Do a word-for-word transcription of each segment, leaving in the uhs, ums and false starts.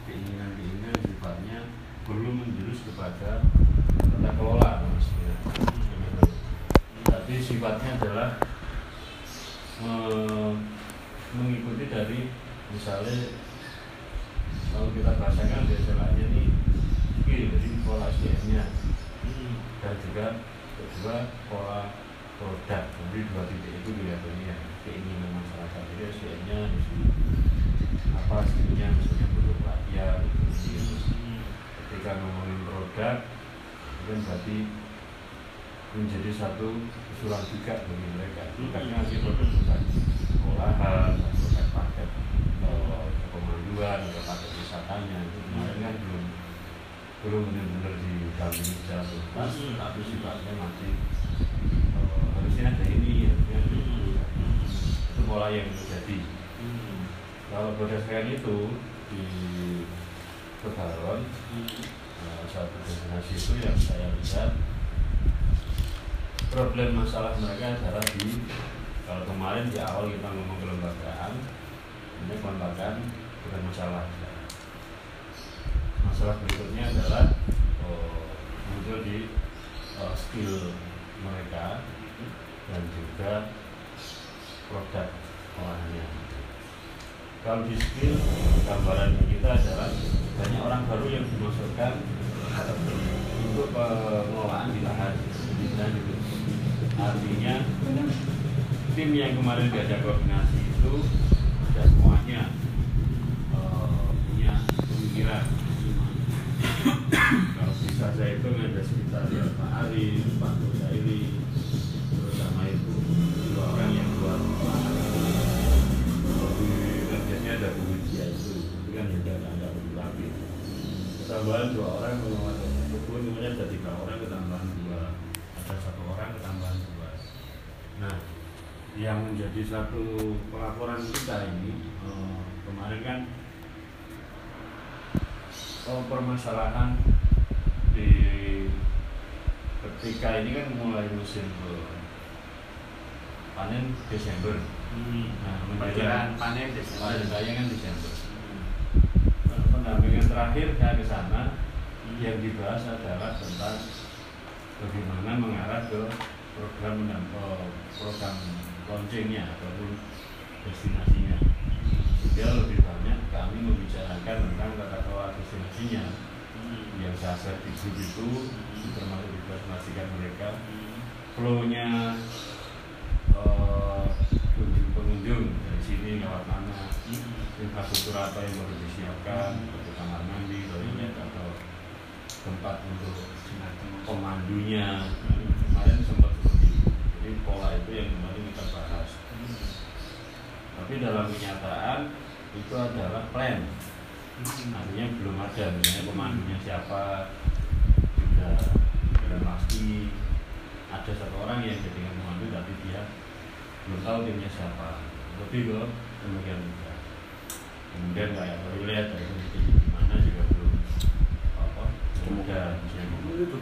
keinginan-keinginan sifatnya belum menjurus kepada tata kelola maksudnya. Tapi sifatnya adalah me mengikuti dari misalnya kalau kita bahasakan biasanya ini skill, jadi pola S D M-nya dan juga kedua pola produk. Jadi dua titik itu kelihatannya keinginan masyarakat. Jadi S D M-nya apa skillnya, misalnya butuh pelatihan. Ketika ngomongin produk, itu berarti menjadi satu usulan juga bagi mereka. Karena si produk bukan olahan, bukan paket pemanduan, atau paket wisatanya. Itu kemarin kan belum belum benar-benar didampingi secara tuntas, tapi sifatnya masih uh, harusnya ada ini, harusnya ada itu. Itu pola yang terjadi. Kalau berdasarkan itu di Kebaron, uh, satu destinasi itu yang saya lihat problem masalah mereka adalah di, kalau kemarin di awal kita ngomong kelembagaan, ini kelembagaan bukan masalah. Masalah berikutnya adalah oh, muncul di oh, skill mereka dan juga produk olahannya. Kalau di skill, gambaran kita adalah banyak orang baru yang dimasukkan untuk pengelolaan di lahan. Artinya tim yang kemarin diajak koordinasi itu sudah semuanya uh, punya pemikiran. Kalau bisa saya itu ada sekitar ya, Pak Ari, Pak Musairi, terus sama itu dua orang yang luar biasanya ada Bu Widya itu, itu kan juga ada Bu Rabi. Ketambahan dua orang menguasai kebun, kemudian ada tiga orang ketambahan dua, ada satu orang ketambahan dua. Nah, yang menjadi satu pelaporan kita ini eh, kemarin kan oh, permasalahan di ketika ini kan mulai musim panen Desember. Hmm. Nah, menjelang panen Desember. Panen raya kan Desember. Hmm. Pendampingan terakhir saya ke sana hmm. yang dibahas adalah tentang bagaimana mengarah ke program program launchingnya ataupun destinasinya. Sehingga lebih banyak kami membicarakan tentang tata kelola destinasinya hmm. yang saya share di grup itu hmm. termasuk juga memastikan mereka hmm. flow-nya uh, pengunjung dari sini lewat mana, hmm. infrastruktur apa yang baru disiapkan, hmm. kamar mandi, toilet atau tempat untuk pemandunya. Hmm. Kemarin sempat seperti itu. Jadi pola itu yang kemarin kita bahas. Hmm. Tapi dalam kenyataan itu adalah plan. Hmm. Artinya belum ada, misalnya pemandunya siapa, sudah dalam pasti ada satu orang yang jadi pemandu tapi dia belum tahu timnya siapa. Lebih ke demikian juga. Kemudian kayak toilet, kayak di mana juga belum apa, belum ada misalnya.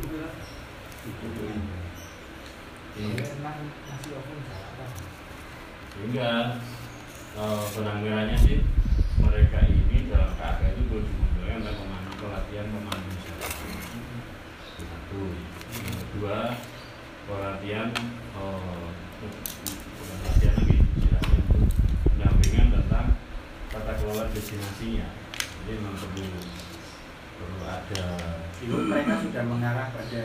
Sehingga uh, benang merahnya sih mereka ini dalam K K itu belum dimunculkan tentang pemandu, pelatihan pemandu satu. Yang kedua pelatihan uh, pelatihan lagi istilahnya pendampingan tentang tata kelola destinasinya. Jadi memang perlu perlu ada. Itu mereka sudah mengarah pada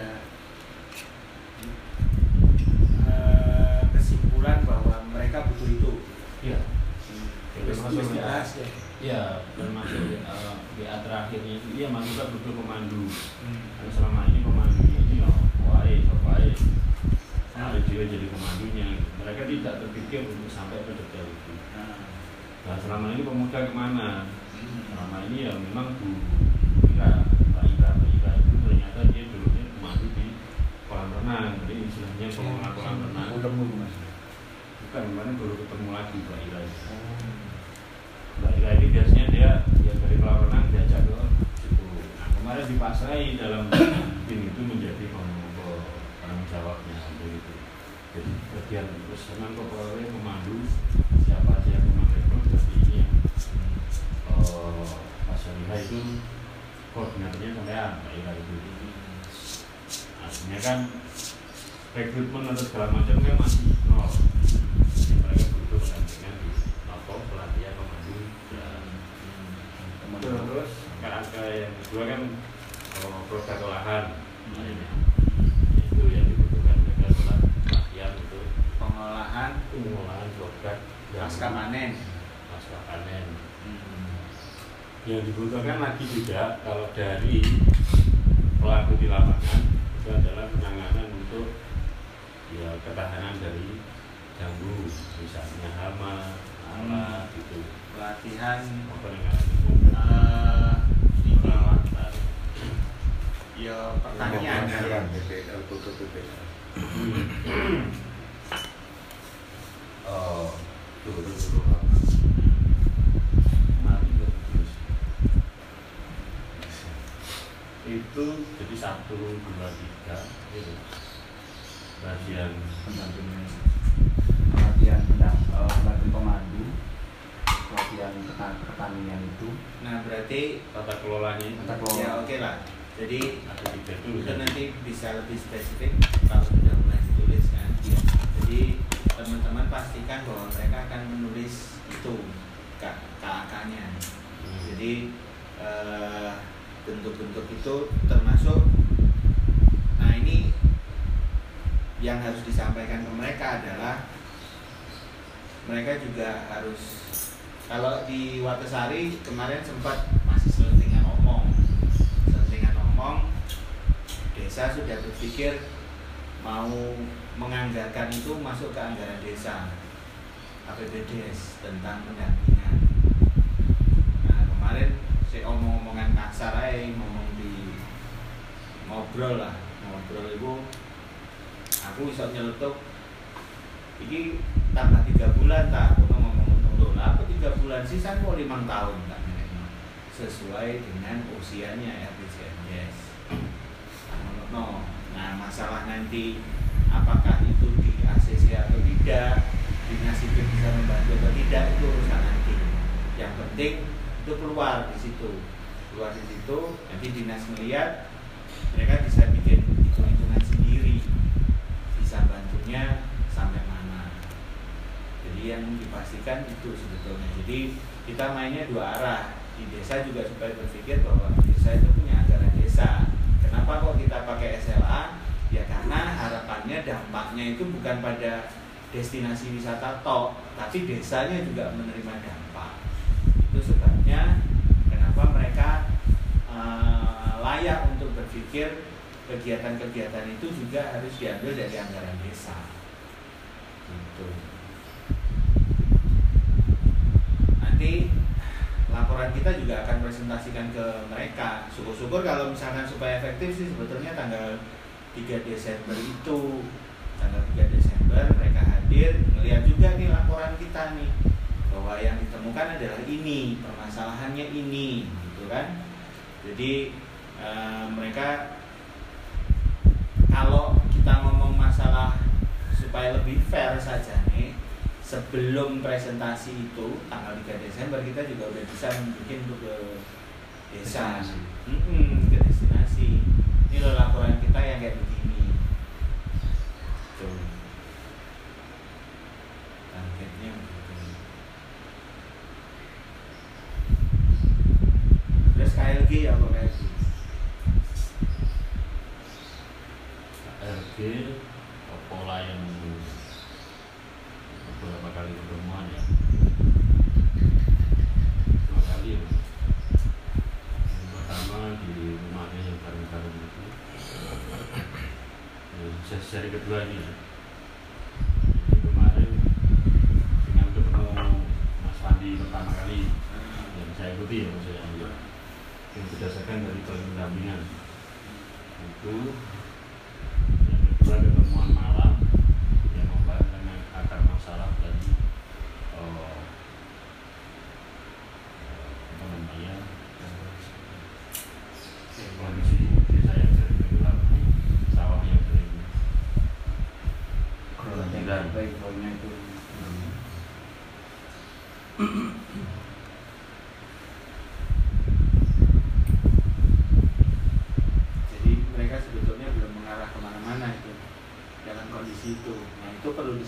uh, kesimpulan bahwa mereka butuh itu. Iya. Terus termasuk ya. Iya, termasuk uh, B A terakhirnya itu dia masih juga butuh pemandu. Hmm. Karena selama ini pemandunya ini oh, wae, wae. Ada juga jadi pemandunya. Mereka tidak terpikir untuk sampai ke detail itu. Nah, selama ini pemuda kemana? Selama ini ya memang Bu Ira, Pak Ira, Pak Ira itu ternyata dia dulunya pemandu di kolam renang. Jadi istilahnya pengelola kolam renang. Bukan, kemarin baru ketemu lagi Pak Ira. Mbak Ira ini biasanya dia yang dari kolam renang diajak ke situ. Nah, kemarin dipasrai dalam tim itu menjadi penanggung jawabnya itu. Jadi bagian terus senang kok pegawai memandu siapa aja yang memakai produk ini yang uh, pasal Anda itu koordinatnya sampean kayak gitu. Artinya kan rekrutmen atau segala macam kan masih nol. Jadi mereka butuh pendampingan di nopo pelatihan pemandu dan terus kerangka yang kedua kan oh, produk olahan. Nah, ini itu yang dibutuhkan mereka adalah pelatihan untuk pengolahan pengolahan produk pasca panen. Pasca panen. Hmm. Yang dibutuhkan lagi juga kalau dari pelaku di lapangan itu adalah penanganan untuk ya ketahanan dari jambu, misalnya hama, alat hmm. itu. Pelatihan penanganan umum, uh, ini perawatan, ya pertanian, pertanian, B P L, butuh B P L. Oh, dulu dulu itu jadi satu dua tiga itu bagian pendampingan, pelatihan pendam, uh, pelatihan pemandu, pelatihan pertanian itu. Nah berarti tata kelolanya tata kelola. Ya oke okay lah. Jadi ada tiga dulu itu kan? nanti bisa lebih spesifik kalau sudah mulai ditulis kan. Ya. Jadi teman-teman pastikan bahwa mereka akan menulis itu K A K-nya. Hmm. Jadi uh, bentuk-bentuk itu termasuk, nah ini yang harus disampaikan ke mereka adalah mereka juga harus, kalau di Watesari kemarin sempat masih selentingan omong selentingan omong desa sudah berpikir mau menganggarkan itu masuk ke anggaran desa A P B D S tentang pendampingan. Nah kemarin si omong-omongan kasar aja, ngomong di ngobrol lah, ngobrol itu aku bisa nyeletuk ini tambah tiga bulan tak, aku ngomong-ngomong lah aku tiga bulan sih kan mau lima tahun tak, sesuai dengan usianya R P J M S. No, nah masalah nanti apakah itu di A C C atau tidak, dinas sipil bisa membantu atau tidak, itu urusan nanti. Yang penting itu keluar di situ, keluar di situ nanti dinas melihat, mereka bisa bikin hitung-hitungan sendiri, bisa bantunya sampai mana. Jadi yang dipastikan itu sebetulnya. Jadi kita mainnya dua arah. Di desa juga supaya berpikir bahwa desa itu punya anggaran desa. Kenapa kok kita pakai S L A? Ya karena harapannya dampaknya itu bukan pada destinasi wisata tok, tapi desanya juga menerima dampak. Itu sebabnya kenapa mereka uh, layak untuk berpikir kegiatan-kegiatan itu juga harus diambil dari anggaran desa. Gitu. Nanti laporan kita juga akan presentasikan ke mereka. Syukur-syukur kalau misalkan supaya efektif sih sebetulnya tanggal tiga Desember itu, tanggal tiga Desember mereka hadir, melihat juga nih laporan kita nih, bahwa yang ditemukan adalah ini, permasalahannya ini, gitu kan. Jadi e, mereka, kalau kita ngomong masalah supaya lebih fair saja nih, sebelum presentasi itu tanggal tiga Desember kita juga udah bisa bikin untuk ke desa, mm-hmm, ke destinasi. Ini loh laporan kita yang kayak begini. Tuh. Targetnya begitu. Terus K L G apa K L G? K L G pola yang beberapa kali pertemuan ya, dua kali ya. Yang pertama di rumahnya yang bareng-bareng itu, ya, seri kedua ini ya. Jadi kemarin dengan ketemu Mas Fandi pertama kali yang saya ikuti ya, maksudnya ya, yang berdasarkan dari pendampingan itu. Yang kedua ketemuan malam yang membahas tentang akar masalah dari uh, apa namanya kondisi desa yang sering tenggelam, sawah yang sering kerontiran baik pokoknya itu.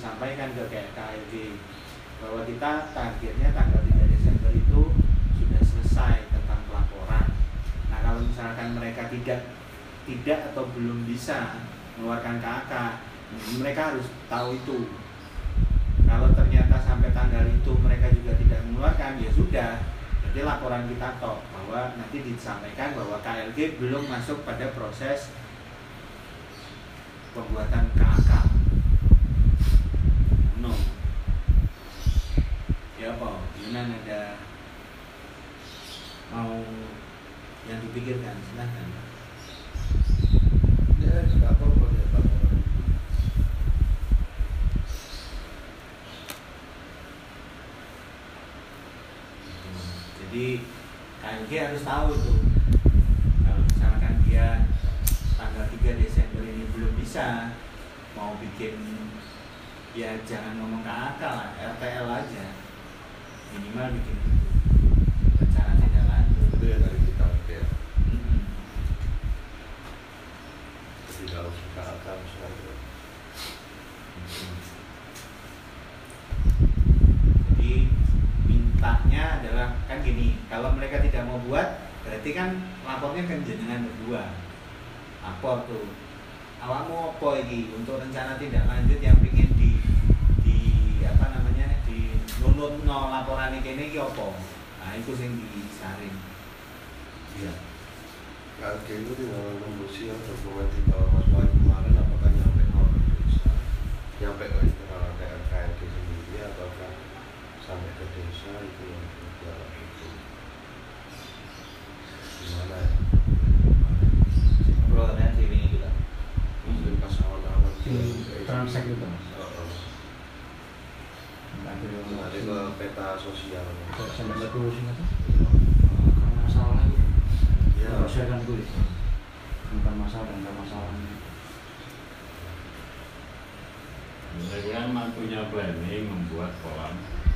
disampaikan ke K L G bahwa kita targetnya tanggal tiga Desember itu sudah selesai tentang pelaporan. Nah kalau misalkan mereka tidak tidak atau belum bisa mengeluarkan K A K, mereka harus tahu itu. Kalau ternyata sampai tanggal itu mereka juga tidak mengeluarkan, ya sudah, jadi laporan kita toh bahwa nanti disampaikan bahwa K L G belum masuk pada proses pembuatan K A K. No. Ya apa? Gimana, ada mau yang dipikirkan? Silahkan. Ya, nggak apa-apa ya Pak. Jadi K L G harus tahu tuh. Kalau misalkan dia tanggal tiga Desember ini belum bisa, mau bikin, ya jangan ngomong K A K lah, R T L aja. Minimal bikin itu rencana tindak lanjut. Itu yang dari kita ya. Mm-hmm. Jadi kalau suka akan misalnya. Jadi mintanya adalah kan gini, kalau mereka tidak mau buat, berarti kan lapornya kan jenengan berdua. Lapor tuh, awakmu apa iki untuk rencana tindak lanjut yang ingin di di apa namanya di nunut no laporan ini iki apa? Nah itu yang disaring. Iya. K L G itu tinggal nembusi yang dokumen di bawah Mas Wahyu kemarin, apakah nyampe ke orang desa, nyampe ke internal K L G sendiri, ataukah sampai ke desa, itu yang juga itu gimana ya? Perolahan T V-nya kita. Mungkin pas awal-awal Transaksi itu. Nanti ke peta sosial. Sampai nggak tulis itu. Karena masalah itu. Ya. Saya kan tulis. Bukan masalah dan nggak masalah. Mereka kan punya planning membuat kolam.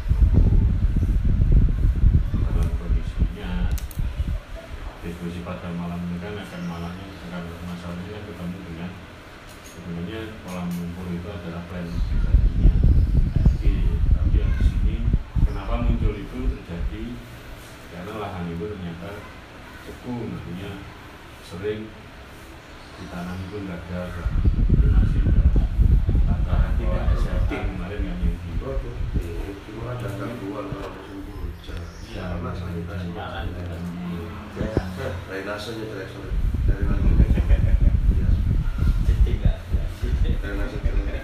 Dalam kondisinya diskusi pada malam ini kan akan malamnya sekarang masalahnya kan ketemu dengan sebenarnya kolam lumpur itu adalah plan pribadinya. Jadi tapi yang di sini kenapa muncul itu terjadi karena lahan itu ternyata cekung, artinya sering ditanam itu nggak ada, itu masih antara tidak produktif kemarin yang ini. Produktif, cuma ada gangguan kalau musim hujan. Ya, Karena sanitasi jalan jalan drainasenya jelek sorry dari lagi ya Jadi nggak. drainase jelek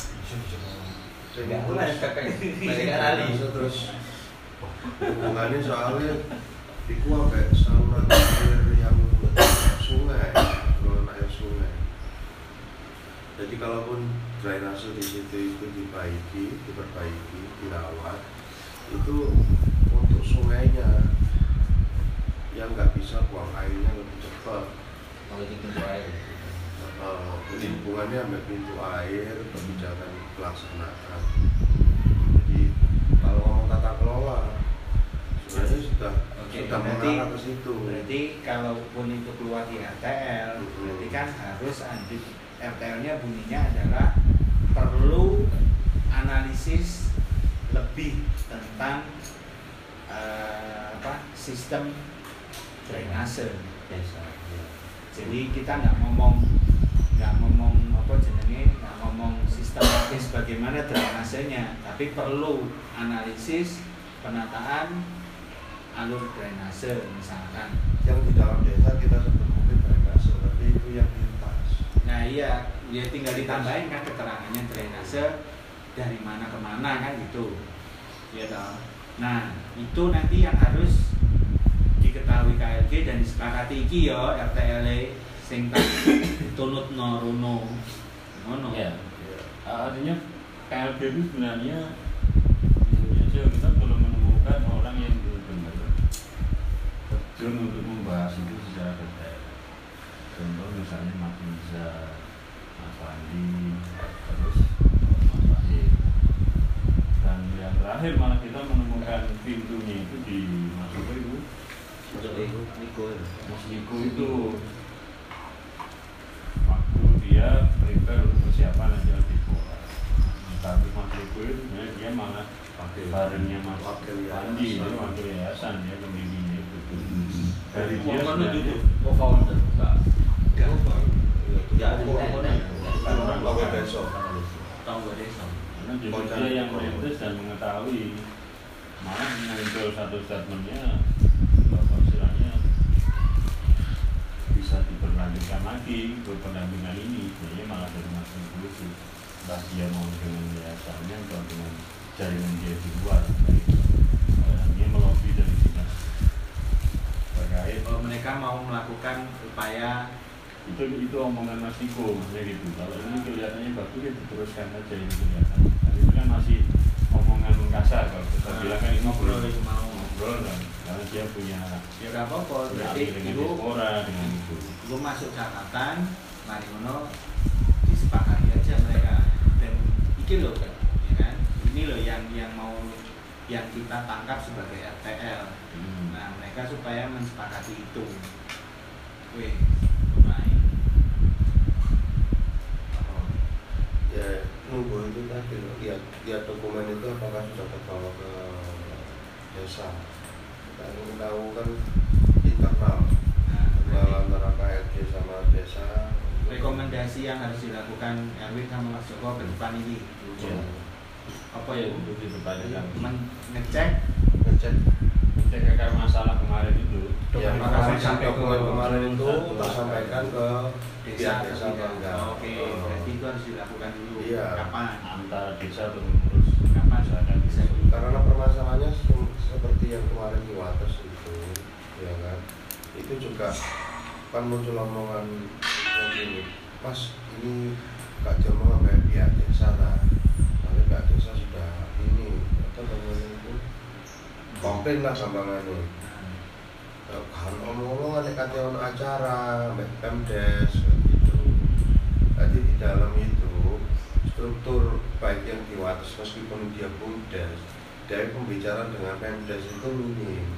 Nggak mulai kakak. Mereka lali. terus hubungannya soalnya itu sampai saluran air yang sungai, saluran air sungai. Jadi kalaupun drainase di situ itu diperbaiki, diperbaiki, dirawat, itu untuk sungainya yang nggak bisa buang airnya lebih cepat. Kalau di pintu air. Uh, jadi hubungannya sampai pintu air, kebijakan pelaksanaan. Jadi kalau ngomong tata kelola, sebenarnya sudah Oke, sudah berarti, mengarah ke situ. berarti kalaupun itu keluar di R T L, Mm-hmm. berarti kan harus adit R T L-nya bunyinya adalah perlu analisis lebih tentang uh, apa sistem drainase desa. Jadi kita nggak ngomong nggak ngomong apa jenenge nggak ngomong sistematis bagaimana drainasenya, tapi perlu analisis penataan alur drainase misalkan. Yang di dalam desa kita sebut mungkin drainase, tapi itu yang lintas. Nah iya, ya tinggal ditambahin kan keterangannya drainase dari mana ke mana kan gitu, ya toh. Nah itu nanti yang harus diketahui K L G dan disepakati iki ya R T L sing tak tunut no runo ngono. Ya. Artinya K L G itu sebenarnya di Indonesia kita belum menemukan orang yang benar-benar terjun untuk membahas itu secara detail. Contoh misalnya Mas Riza, Mas Andi, terus Mas Wahid. Dan yang terakhir malah kita menemukan pintunya itu di Mas Uko itu. Mas Niko itu waktu dia prepare untuk persiapan aja di Polres. status matrikul, ya, dia malah Wakil. barengnya Mas Wakil Pandi, yayasan. itu wakil yayasan dia pembimbingnya itu. Dari dia Mana sebenarnya itu? Co-founder, Pak. Ya, Ya, itu komponen. orang Bawa Desa. Tahu gak desa? Karena justru dia yang merintis dan mengetahui, malah muncul satu statementnya bahwa istilahnya bisa diberlanjutkan lagi ke pendampingan ini, jadi malah dari Mas Pandi itu entah dia mau dengan yayasannya atau dengan jaringan dia di luar, nah, dia melobi dari dinas terkait. Oh, mereka mau melakukan upaya itu itu omongan Mas Niko maksudnya gitu. Kalau ini kelihatannya bagus ya diteruskan aja ini kelihatan. Tapi itu kan masih omongan kasar kalau kita Nah, bilang kan ini ngobrol belum itu mau. ngobrol kan, karena dia punya ya gak apa-apa, berarti berarti dengan itu diaspora dengan itu. itu masuk catatan, mari ngono disepakati aja mereka. Dan iki loh kan, ya kan? Ini loh yang yang mau yang kita tangkap sebagai R T L. Hmm. Nah, mereka supaya mensepakati itu. Wih, mulai. Oh, Ya nunggu itu tadi loh, lihat lihat dokumen itu apakah sudah terbawa ke desa. Kita ingin tahu kan internal nah, internal berarti antara K R G sama desa. rekomendasi yang harus dilakukan Erwin sama Mas Joko ke depan ini. Ya. Apa ya? Itu dipertanyakan. Men- ngecek Ngecek Cek akar masalah kemarin itu. ya, Dokumen apakah kemarin sampai dokumen ke- kemarin itu satu tersampaikan ke desa pihak atau desa tidak. apa enggak. Oke, Oh. berarti itu harus dilakukan dulu. Iya. Kapan? Antara desa atau mengurus Kapan? misalkan Bisa itu. Karena permasalahannya se- seperti yang kemarin di Wates itu, ya kan, itu juga kan muncul omongan yang ini, Mas ini Kak Jomo sampai pihak desa lah, tapi pihak desa sudah ini, apa namanya itu, komplain lah gampangannya. Nah, Kan omong-omong ada kata ono acara, mbak Pemdes gitu. Jadi di dalam itu struktur baik yang di Wates meskipun dia Bumdes, dari pembicaraan dengan Pemdes itu minim.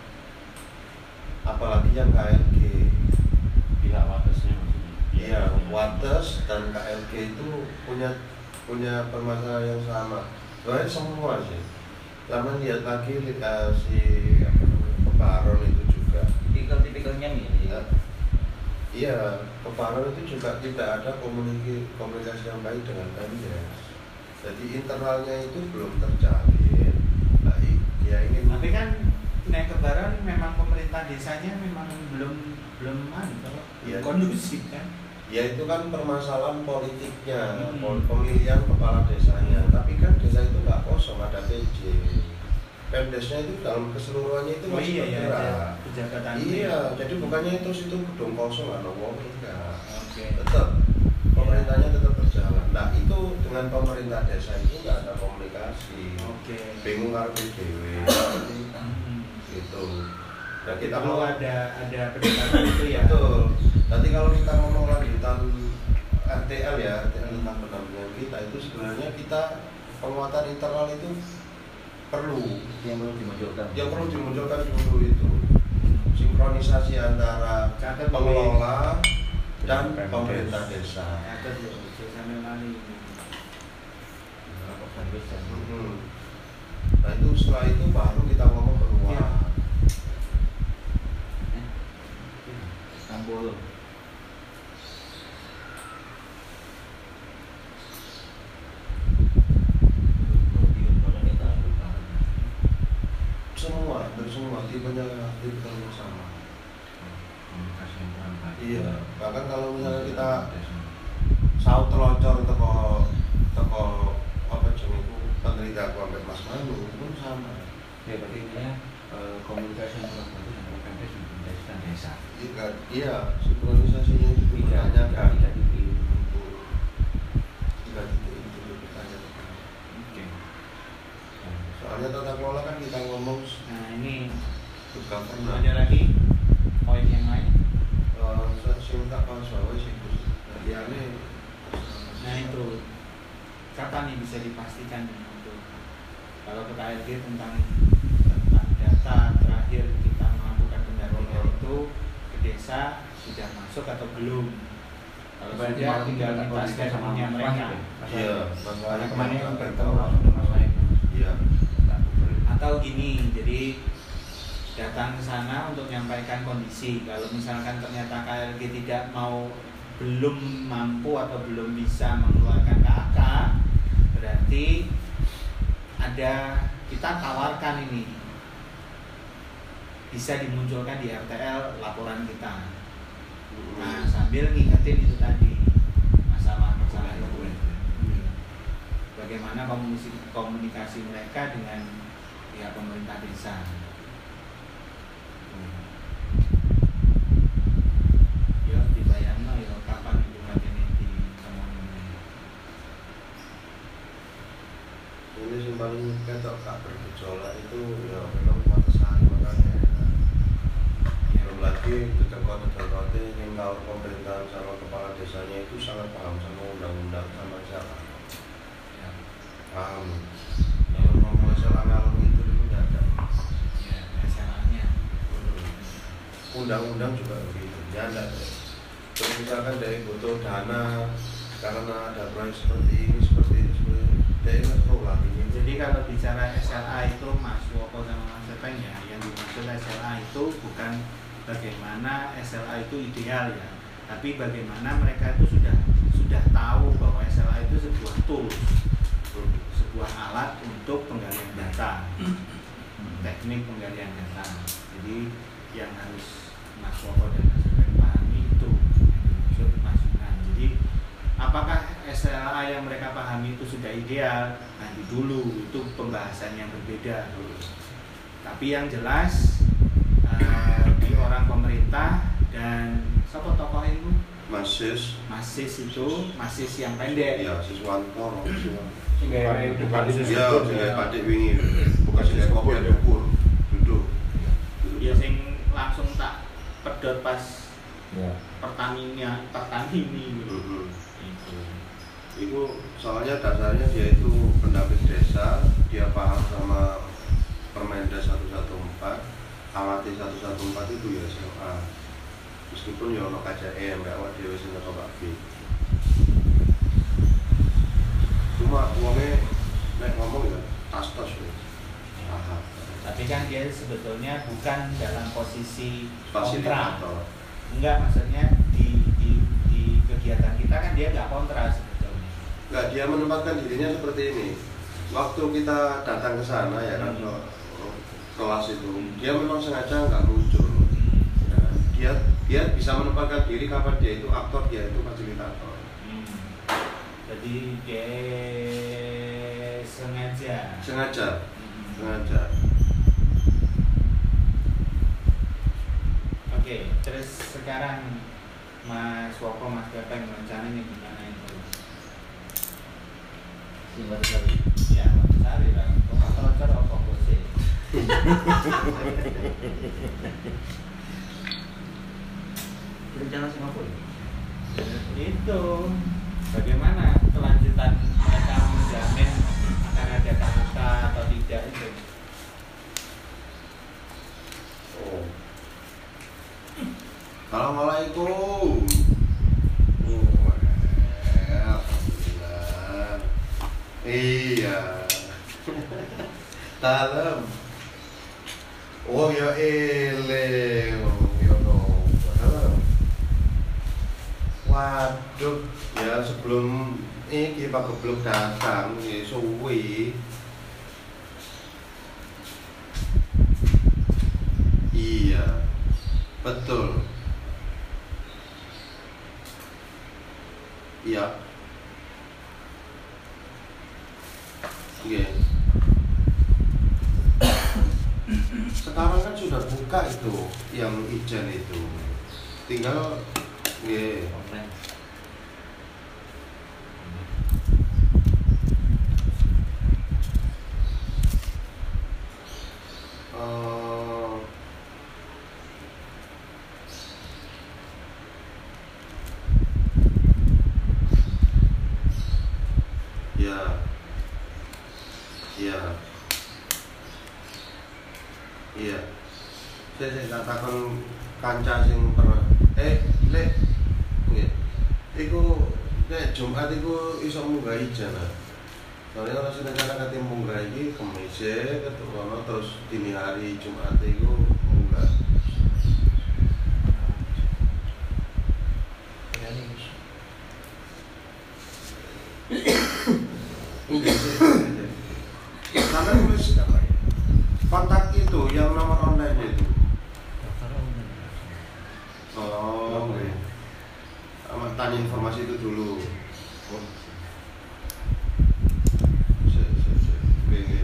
Apalagi yang K L G. Pihak Watesnya maksudnya. Iya, Wates dan K L G itu punya punya permasalahan yang sama. Sebenarnya semua sih. Sama lihat lagi uh, si apa namanya Kebaron itu juga. Tipikal-tipikalnya nih. Ya. Iya, Kebaron itu juga tidak ada komunikasi komunikasi yang baik dengan Pemdes. Jadi internalnya itu belum terjalin. Nah, i- dia ingin. tapi kan naik kebaran memang pemerintah desanya memang belum belum anu toh, Iya. kondusif kan. Ya itu kan permasalahan politiknya, Hmm. pol- pemilihan kepala desanya. Tapi kan desa itu nggak kosong, ada P J. Pemdesnya itu dalam keseluruhannya itu Oh masih iya ya, bergerak. pejabat Iya, jadi bukannya itu situ gedung kosong nggak nongol enggak. Oke. Tetap pemerintahnya tetap berjalan. Nah itu dengan pemerintah desa itu nggak ada komunikasi. Oke. Bingung karena P D W Hmm. gitu. Nah kita Perlu mau ada ada pendekatan itu ya. betul. Nanti kalau kita ngomong lanjutan R T L ya, R T L tentang pendampingan kita itu sebenarnya kita penguatan internal itu perlu. Yang perlu dimunculkan. Yang perlu dimunculkan dulu itu sinkronisasi antara Catat pengelola dan Pemdes. pemerintah desa. Ada tuh, saya sambil mali. Apa Pemdes dan Hmm. Nah itu setelah itu baru kita ngomong keluar. Iya. Kampul. Semua, hampir semua tipenya tipenya sama. Komunikasi yang kurang baik. Iya. Bahkan kalau misalnya kita saut telocor teko teko apa jenengku penderita aku sampai Mas Manu itu pun sama. Ya berarti intinya eh, komunikasi yang kurang bagus antara Pemdes dan Pemdes dan desa. Iya, kan? Iya, sinkronisasinya itu Tidak tidak dipertanyakan. tidak dipilih. Tidak itu itu dipertanyakan. Oke. Soalnya tata kelola kan kita ngomong Nah ini juga pernah. ada lagi poin yang lain. Eh, saya sing tak pas wae sih Gus. Nah, liyane Nah itu kapan nih bisa dipastikan untuk kalau ke K L G tentang tentang data terakhir kita melakukan pendampingan itu ke desa sudah masuk atau belum? Kalau Berarti sudah malam tinggal kita minta komunikasi sama scheduling-nya Mas mereka. Wahid ya? Iya, Mas Mas Wahid Wahid kemarin yang bertemu tahu. langsung dengan Mas Wahid. Iya. Tak beri. Atau gini, jadi datang ke sana untuk menyampaikan kondisi. Kalau misalkan ternyata K L G tidak mau, belum mampu atau belum bisa mengeluarkan K A K, berarti ada, kita tawarkan ini bisa dimunculkan di R T L laporan kita. Nah, sambil ngingetin itu tadi masalah-masalah itu. Bagaimana komunikasi komunikasi mereka dengan pihak pemerintah desa. Ya dibayangno ya kapan itu ini ditemoni. Ini yang paling ketok gak bergejolak itu ya memang Watasari makanya. Belum lagi tetangga-tetangganya yang tahu pemerintahan sama kepala desanya itu sangat paham sama undang-undang sama cara. Ya, Paham. Kalau ngomong masalah ngalung itu dulu nggak ada. ya masalahnya. Undang-undang juga begitu. Ya enggak ada. Terus misalkan dari butuh dana karena ada proyek seperti ini, seperti ini, seperti ini, dia nggak tahu lagi. Jadi kalau bicara S L A itu Mas Woko sama Mas Sepeng ya, yang dimaksud S L A itu bukan bagaimana S L A itu ideal ya, tapi bagaimana mereka itu sudah sudah tahu bahwa S L A itu sebuah tools, sebuah alat untuk penggalian data, teknik penggalian data. Jadi yang harus Mas Woko dan Mas Sepeng pahami itu yang dimaksud masukan. Jadi apakah S L A yang mereka pahami itu sudah ideal? Nanti dulu, itu pembahasan yang berbeda dulu. Tapi yang jelas uh, di orang pemerintah dan siapa tokoh itu? Masis, Masis itu, Masis yang pendek. ya siswanto, siswanto. Sehingga Bukan itu Iya, sehingga padik wingi, bukan sehingga kopi ada ukur, duduk. Ya sing langsung tak pedot pas ya. Pertamina, Pertamini gitu. Mhm. Itu. Itu soalnya dasarnya dia itu pendamping desa, dia paham sama Permendas seratus empat belas, Amati seratus empat belas itu ya S L A. Meskipun ya ono K J M, ya awak dhewe sing ngerti Pak B. Cuma uangnya nek ngomong ya tas-tas ya. Paham. Tapi kan dia sebetulnya bukan dalam posisi kontra. Fasilitator. Enggak, maksudnya di, di, di kegiatan kita kan dia nggak kontra sebetulnya. Enggak, dia menempatkan dirinya seperti ini. Waktu kita datang ke sana ya kan, Hmm. kelas itu, Hmm. dia memang sengaja nggak muncul. Ya, dia dia bisa menempatkan diri kapan dia itu aktor, dia itu fasilitator. Hmm. Jadi dia sengaja. Sengaja, Hmm. sengaja. Oke, terus sekarang Mas Woko, Mas Bepeng rencananya gimana itu? Singkat sekali. Ya, cari lah. Kalau cara apa sih? Rencana Singapura. Itu bagaimana kelanjutan mereka menjamin akan ada K H K atau tidak itu? Oh. Assalamualaikum. Oh, alhamdulillah. Iya. Dalam. Oh ya ele, ya no. Waduh, ya sebelum ini Pak Geblok datang, ya suwi. Iya, betul. Iya. Oke. Sekarang kan sudah buka itu yang ijen itu. Tinggal nggih. Online. Eh, Ya. Iya. Iya. Saya saya tak takon kanca sing pernah. Eh, Lek. Nggih. Iku nek Jumat iku iso munggah ijan. Soalnya orang sing rencana kate munggah iki Kemis ketukono terus dini hari Jumat iku munggah. Karena nulis kontak itu yang nomor online itu. Oh, oke. Amat tanya informasi itu dulu. Oh. Sik, sik, sik. Oke, oke.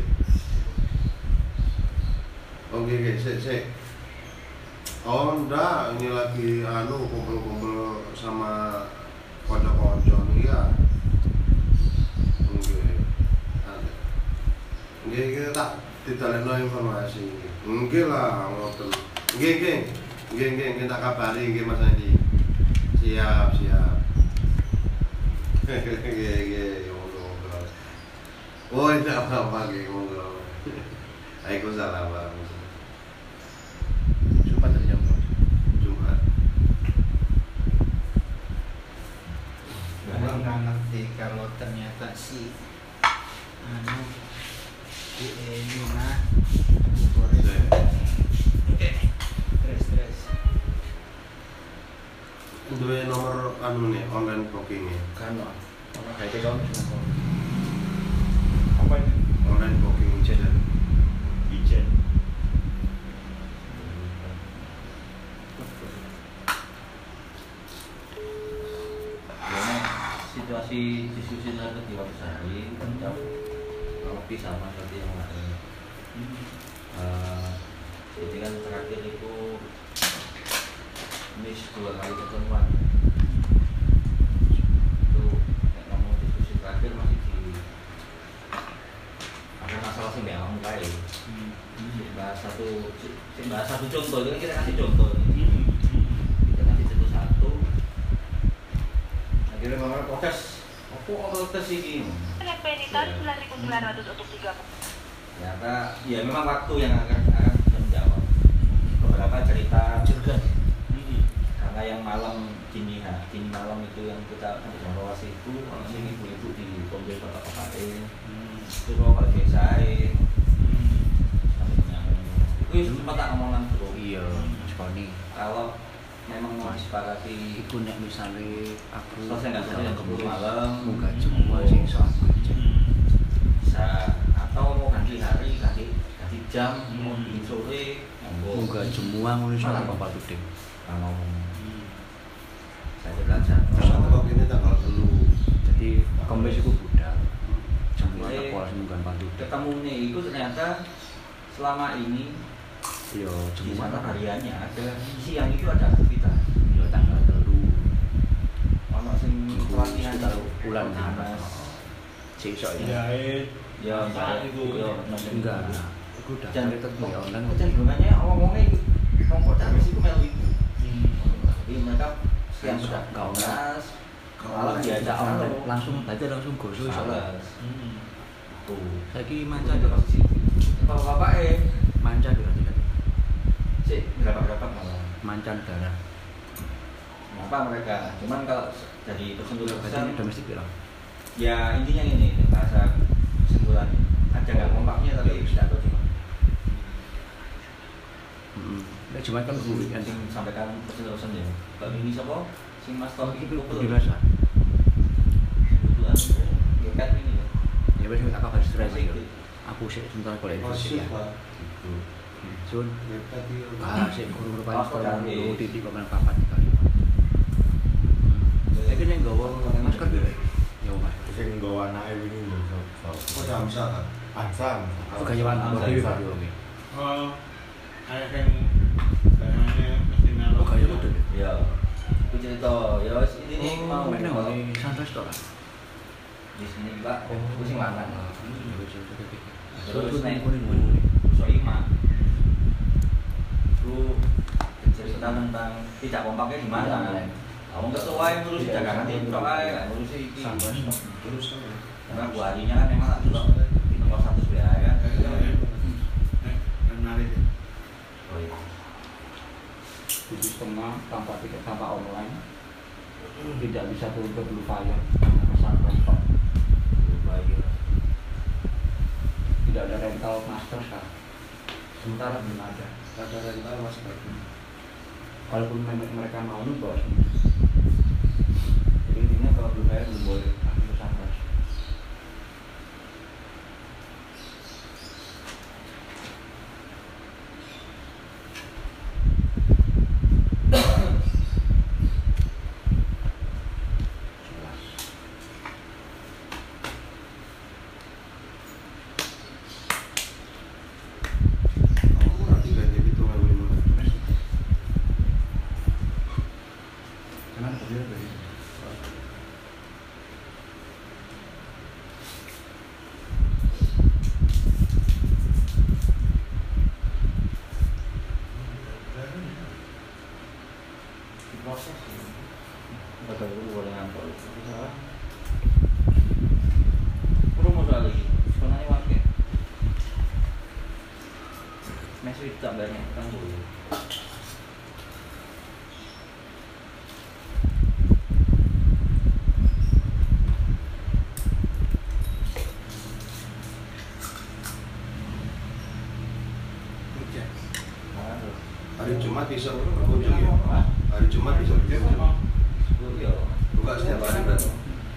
Oke, oke, sik, sik. Oh, enggak, ini lagi anu kumpul-kumpul sama konco-konco nih ya. Oke. Oke, oke, tak didalekno informasi. Oke lah, ngoten. Oke, oke. Oke, oke, kita kabari nggih Mas Andi. Siap, siap. Oke, oke, ngono. Oh, tidak apa-apa nggih, ngono. Waalaikumsalam warahmatullahi. Jumat dari jam berapa? Jumat. Saya nggak ngerti kalau ternyata si anu si ini mah oke terus terus Duwe nomor anu nih, online booking nih. Kan, orang kayak itu kan Apa itu? Online booking ijen. Ijen. karena situasi diskusi tadi di waktu sehari kan jam lebih sama seperti yang lain. Uh, jadi kan terakhir itu ini dua kali pertemuan itu ngomong diskusi terakhir masih di ada masalah sih memang mulai bahas satu bahas satu contoh jadi kita kasih contoh kita kasih contoh satu akhirnya memang proses aku proses ini Pendidikan sembilan ribu sembilan ratus untuk tiga puluh. ternyata ya memang waktu yang akan akan bisa menjawab beberapa cerita juga karena yang malam dini ha, dini malam itu yang kita kan evaluasi itu langsung ibu-ibu di Kombil Kota Kabupaten itu kalau kalau desa itu sempat tak ngomongan bro Iya, Mas Koni. kalau memang mau disepakati Iku nek misale aku selesai nggak selesai jam sepuluh malam munggah semua sing iso aku ijen. bisa atau mau ganti hari ganti ganti jam mau di sore monggo Munggah semua ngono iso apa patu ding. kalau saya belajar Terus aku ini tanggal telu. Jadi kombes iku budal. Semua teko munggah patu ding. ketemunya itu ternyata selama ini Yo di semua sana hariannya ada siang itu ada aktivitas yo tanggal telu. ono sing pelatihan Sekitar itu bulan Mas sing iso ya. Jahit. ya Saat itu. ya Enggak. Iku udah dan tetep ya online. cenderungannya ngomongnya ngomong cabis itu melu itu jadi mereka siang Langsung sudah nggak ono. kelas malam diajak online Langsung baca langsung goso iso. Salah. tuh Saiki manca manca di sini kalau bapak eh manca berarti kan. sih berapa berapa malah Mancan darah. apa mereka cuman kalau dari kesimpulan Berarti domestik piro? ya intinya ini bahasa kesimpulan ada nggak kompaknya tapi tidak tahu cuma Heeh. Nek cuma kan kuwi kan sing sampaikan pesan-pesan ya kalau ini siapa sing mas Tom itu dirasa. kebetulan ya kan ini ya Ya wis tak kabar stres Masih yo. ikut. Aku sik sebentar golek Oh, informasi ya. sip, Pak. Gitu. Sun, Hebat iki. ah sik guru paling Oh, sekolah sekolah. dulu titik kok papat kali. Iki nek nggawa masker yo. Ya Mas. Sing nggawa anake wingi lho Oh, sapa? Jamsa kan. Ansam. Kegayawan Ansam. dhewe Pak yo. Oh. Kayak kan kayaknya mesti nalo. Oh, gaya model. ya aku cerita ya ini nih mau mek nang ngene santai tok. di sini juga Oh, aku sing lanang Terus terus nek naik kuning Soima itu cerita tentang tidak kompaknya di mana kamu ketua yang ngurusi dagangan itu kok aja ngurusi ini Terus kan. karena bu harinya kan memang tak dulu di nomor satu W A kan Menarik. oh iya tujuh setengah tanpa tiket tanpa online. tidak bisa turun ke Blue Fire hanya pesantren tok. Blue Fire tidak ada rental master sekarang, sementara belum ada. Ada rental mas baru. Kalaupun memang mereka mau nih bawa sendiri. Jadi intinya kalau Blue Fire belum boleh pakai pesantren. Betul itu boleh ngantor. Salah. Perlu mau soal lagi. Sebenarnya wakil. Masih tak banyak kan dulu. Hari Jumat bisa berkunjung ya? Hari Jumat bisa berkunjung. Buka setiap hari berarti.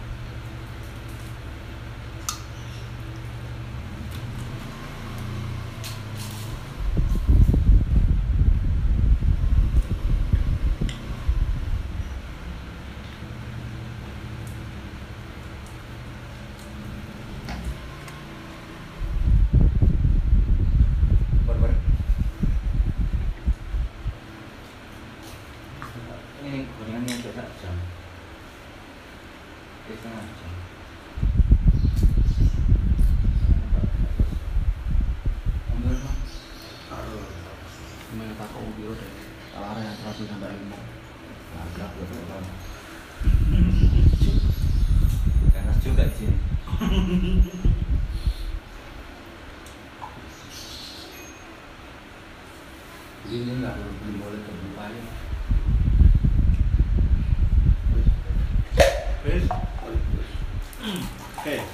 Ini gorengannya biasa jam. Setengah jam. Ambil mah. Karo. Gimana tak kau biro deh. Alarm yang seratus sampai lima. Agak betul. Panas juga di sini. Jadi ini nggak belum boleh ke Blue Fire. Wis. Oke.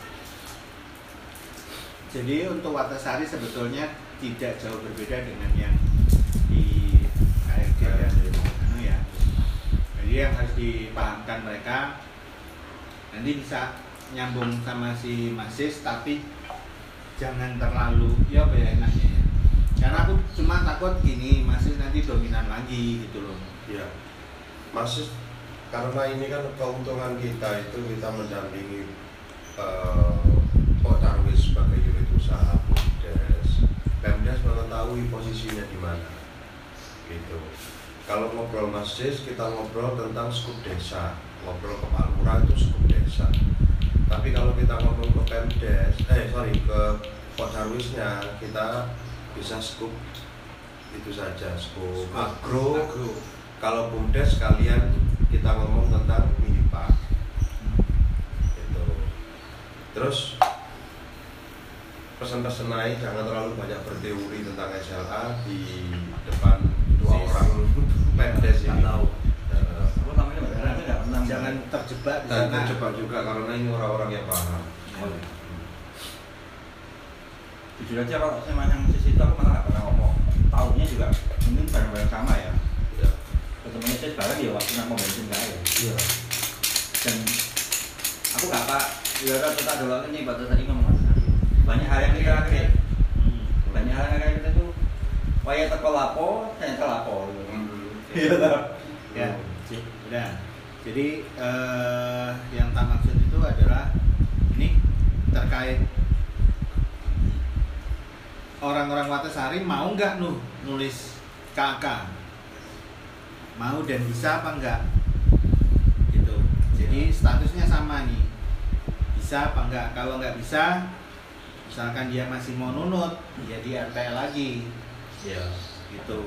Jadi untuk Watasari sebetulnya tidak jauh berbeda dengan yang di K R G ya. Anu ya. Jadi yang harus dipahamkan mereka nanti bisa nyambung sama si Masis, tapi jangan terlalu ya apa ya enaknya ya. Karena aku cuma takut gini, Masis nanti dominan lagi gitu loh. Iya. Masih karena ini kan keuntungan kita itu kita mendampingi uh, Pak Darwis sebagai unit usaha Pemdes. Pemdes mengetahui posisinya di mana. Gitu. Kalau ngobrol masjid kita ngobrol tentang skup desa, ngobrol ke Pak Lurah itu skup desa. Tapi kalau kita ngomong ke Pemdes, eh sorry ke Pak Darwisnya kita bisa skup itu saja, skup agro. Agro. Kalau Bumdes kalian kita ngomong tentang minipak gitu. Terus pesan-pesan naik jangan terlalu banyak berteori tentang S L A di depan dua Sis. orang Pemdes ini. Tahu. Eh, Apa namanya? Karena aku nggak pernah. Jangan terjebak di dan sana. terjebak juga karena ini orang-orang yang paham. Jujur aja kalau sama yang sisi itu aku malah nggak pernah ngomong. Tahunnya juga mungkin bareng-bareng sama ya. Ya. Ketemunya saya bareng ya waktu nak mau bensin kaya. Iya. Dan aku nggak pak. Ya kan kita dulu ini pada tadi ngomong banyak hal yang kita lakukan. Banyak hal yang kita tuh. Waya teko lapo, ternyata lapo. Iya tak? Ya, sudah. Jadi eh, yang tak maksud itu adalah ini terkait orang-orang Watasari mau nggak nuh nulis K A K, mau dan bisa apa enggak, gitu. Jadi statusnya sama nih, bisa apa enggak. Kalau nggak bisa, misalkan dia masih mau nunut, ya di R T L lagi, Iya. gitu.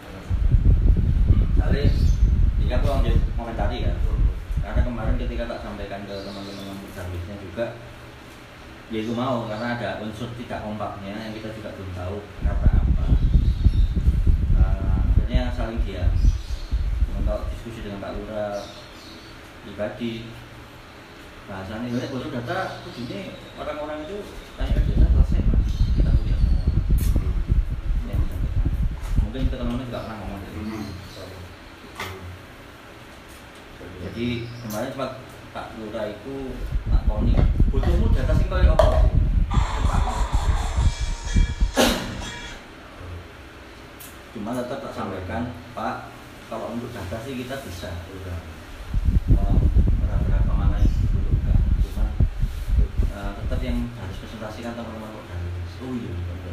Kali ini aku lanjut komentari kan. Karena kemarin ketika tak sampaikan ke teman-teman servisnya juga, ya itu mau karena ada unsur tidak kompaknya yang kita juga belum tahu kenapa apa. Nah, akhirnya saling diam. Kalau diskusi dengan Pak Lurah, pribadi. Bahasanya ini bocor data begini, orang-orang itu tanya ke desa selesai mas, kita punya semua. Ini yang disampaikan. Mungkin teman-teman juga pernah ngomong gitu. Jadi kemarin Pak Pak Lurah itu Pak Tony, butuhmu data sih kali apa sih? Cuma tetap tak sampaikan Pak, kalau untuk data sih kita bisa udah berapa mana itu butuhkan. Cuma uh, tetap yang harus presentasikan teman-teman kok dari oh iya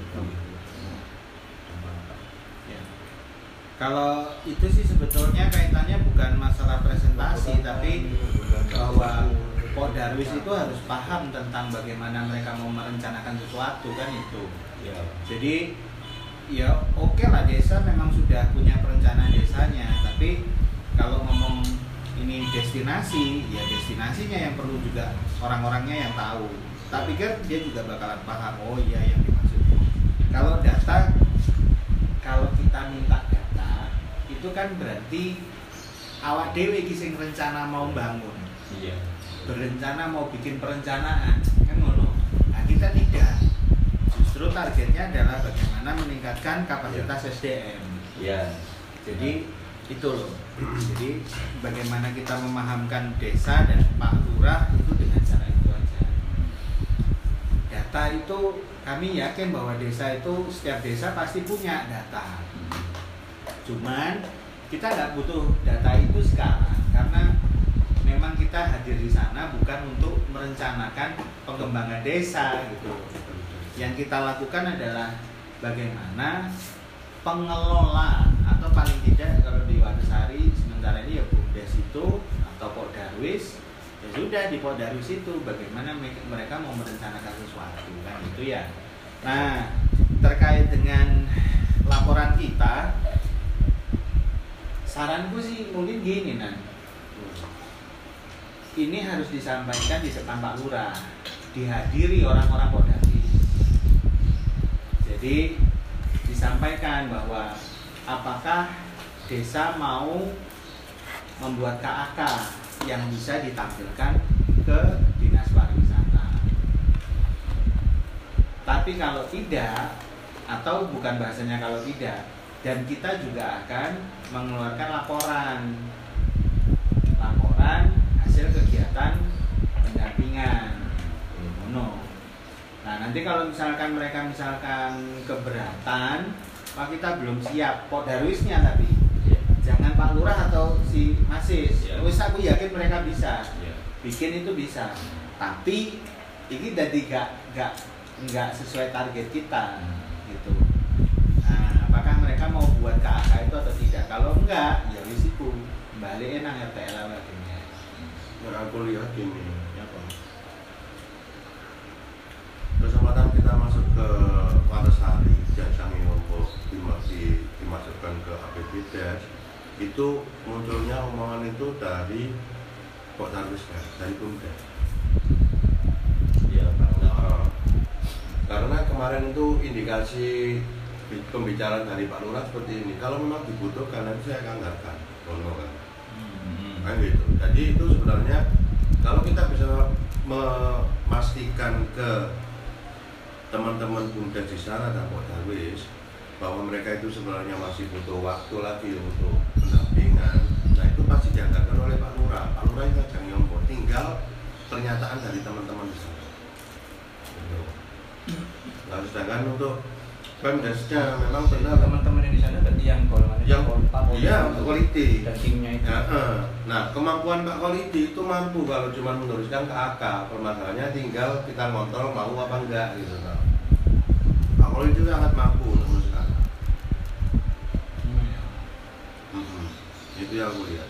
ya. Kalau itu sih sebetulnya kaitannya bukan masalah presentasi, tapi bahwa Pak Darwis itu harus paham tentang bagaimana mereka mau merencanakan sesuatu kan itu. ya. Jadi ya oke okay lah, desa memang sudah punya perencanaan desanya, tapi kalau ngomong ini destinasi, ya destinasinya yang perlu juga orang-orangnya yang tahu. Tak pikir dia juga bakalan paham, oh iya yang dimaksud. Kalau data, kalau kita minta data, itu kan berarti awak dewe iki sing rencana mau bangun. Iya. Berencana mau bikin perencanaan, kan ngono. Nah, kita tidak. Justru targetnya adalah bagaimana meningkatkan kapasitas S D M. Iya. Jadi itu loh. Jadi bagaimana kita memahamkan desa dan Pak Lurah itu dengan cara itu aja. Data itu kami yakin bahwa desa itu setiap desa pasti punya data. Cuman kita nggak butuh data itu sekarang karena memang kita hadir di sana bukan untuk merencanakan pengembangan desa gitu. Yang kita lakukan adalah bagaimana pengelola atau paling tidak kalau di Wadesari sementara ini ya Bumdes itu atau Pak Darwis, ya sudah di Pak Darwis itu bagaimana mereka mau merencanakan sesuatu kan itu ya. Nah terkait dengan laporan kita, saranku sih mungkin gini Nan, ini harus disampaikan di depan Pak Lurah, dihadiri orang-orang Pak Darwis. Jadi disampaikan bahwa apakah desa mau membuat K A K yang bisa ditampilkan ke Dinas Pariwisata. Tapi kalau tidak, atau bukan bahasanya kalau tidak, dan kita juga akan mengeluarkan laporan laporan hasil kegiatan pendampingan. No. Nah nanti kalau misalkan mereka misalkan keberatan, Pak kita belum siap, Pak Darwisnya tapi yeah. Jangan Pak Lurah atau si Masis. Yeah. Wis aku yakin mereka bisa, yeah. Bikin itu bisa. Tapi ini jadi gak gak nggak sesuai target kita, hmm. gitu. Nah apakah mereka mau buat K A K itu atau tidak? Kalau enggak, ya risiko balik nang R T L lagi. Yang aku lihat ini. Kesempatan kita masuk ke Wadesari dan Sangiombo dimasukkan ke A P B D E S itu munculnya omongan itu dari Pak Darwis dari Bumdes. Iya, nah, karena kemarin itu indikasi pembicaraan dari Pak Lurah seperti ini. Kalau memang dibutuhkan nanti saya akan anggarkan, kan? Hmm. Kan gitu. Jadi itu sebenarnya kalau kita bisa memastikan ke teman-teman Bumdes di sana dan Pak Darwis bahwa mereka itu sebenarnya masih butuh waktu lagi untuk pendampingan. Nah itu pasti dianggarkan oleh Pak Lurah. Pak Lurah itu jangan nyompor, tinggal pernyataan dari teman-teman di sana. Nah sedangkan untuk Pemdesnya memang benar teman-teman yang di sana berarti yang golongannya yang Pak iya quality dan timnya itu. Ya, eh. Nah kemampuan Pak Quality itu mampu kalau cuma meneruskan ke A K. Permasalahannya tinggal kita ngontrol mau apa enggak gitu. Nah. Pak Quality sangat mampu meneruskan. Hmm. Hmm. Itu yang aku lihat.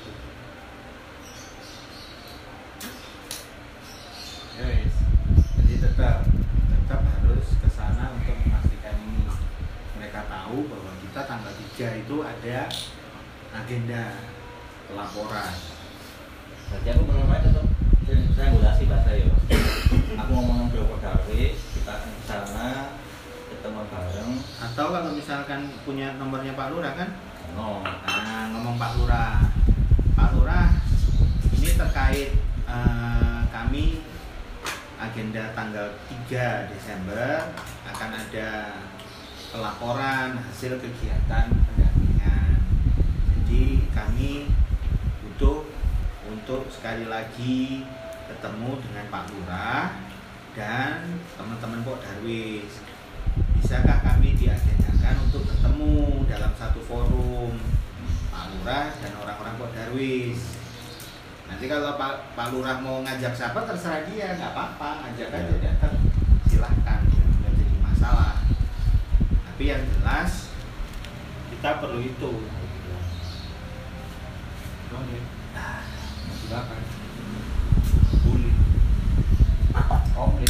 Yes. Jadi tetap tetap harus ke sana untuk memastikan ini. Mereka tahu bahwa kita tanggal tiga itu ada agenda laporan. Berarti aku belum aja tuh triangulasi bahasa ya. Aku ngomong ke Pak Darwis, kita akan ke sana ketemu bareng. Atau kalau misalkan punya nomornya Pak Lurah kan? No. Nah, ngomong Pak Lurah. Pak Lurah, ini terkait uh, kami agenda tanggal tiga Desember akan ada pelaporan hasil kegiatan pendampingan. Jadi kami butuh untuk sekali lagi ketemu dengan Pak Lurah dan teman-teman Pok Darwis. Bisakah kami diagendakan untuk ketemu dalam satu forum Pak Lurah dan orang-orang Pok Darwis? Nanti kalau Pak, Pak Lurah mau ngajak siapa terserah dia, nggak apa-apa, ajak aja datang, silahkan, nggak jadi masalah. Tapi yang jelas kita perlu itu. Nah, silakan. Boleh. Komplit.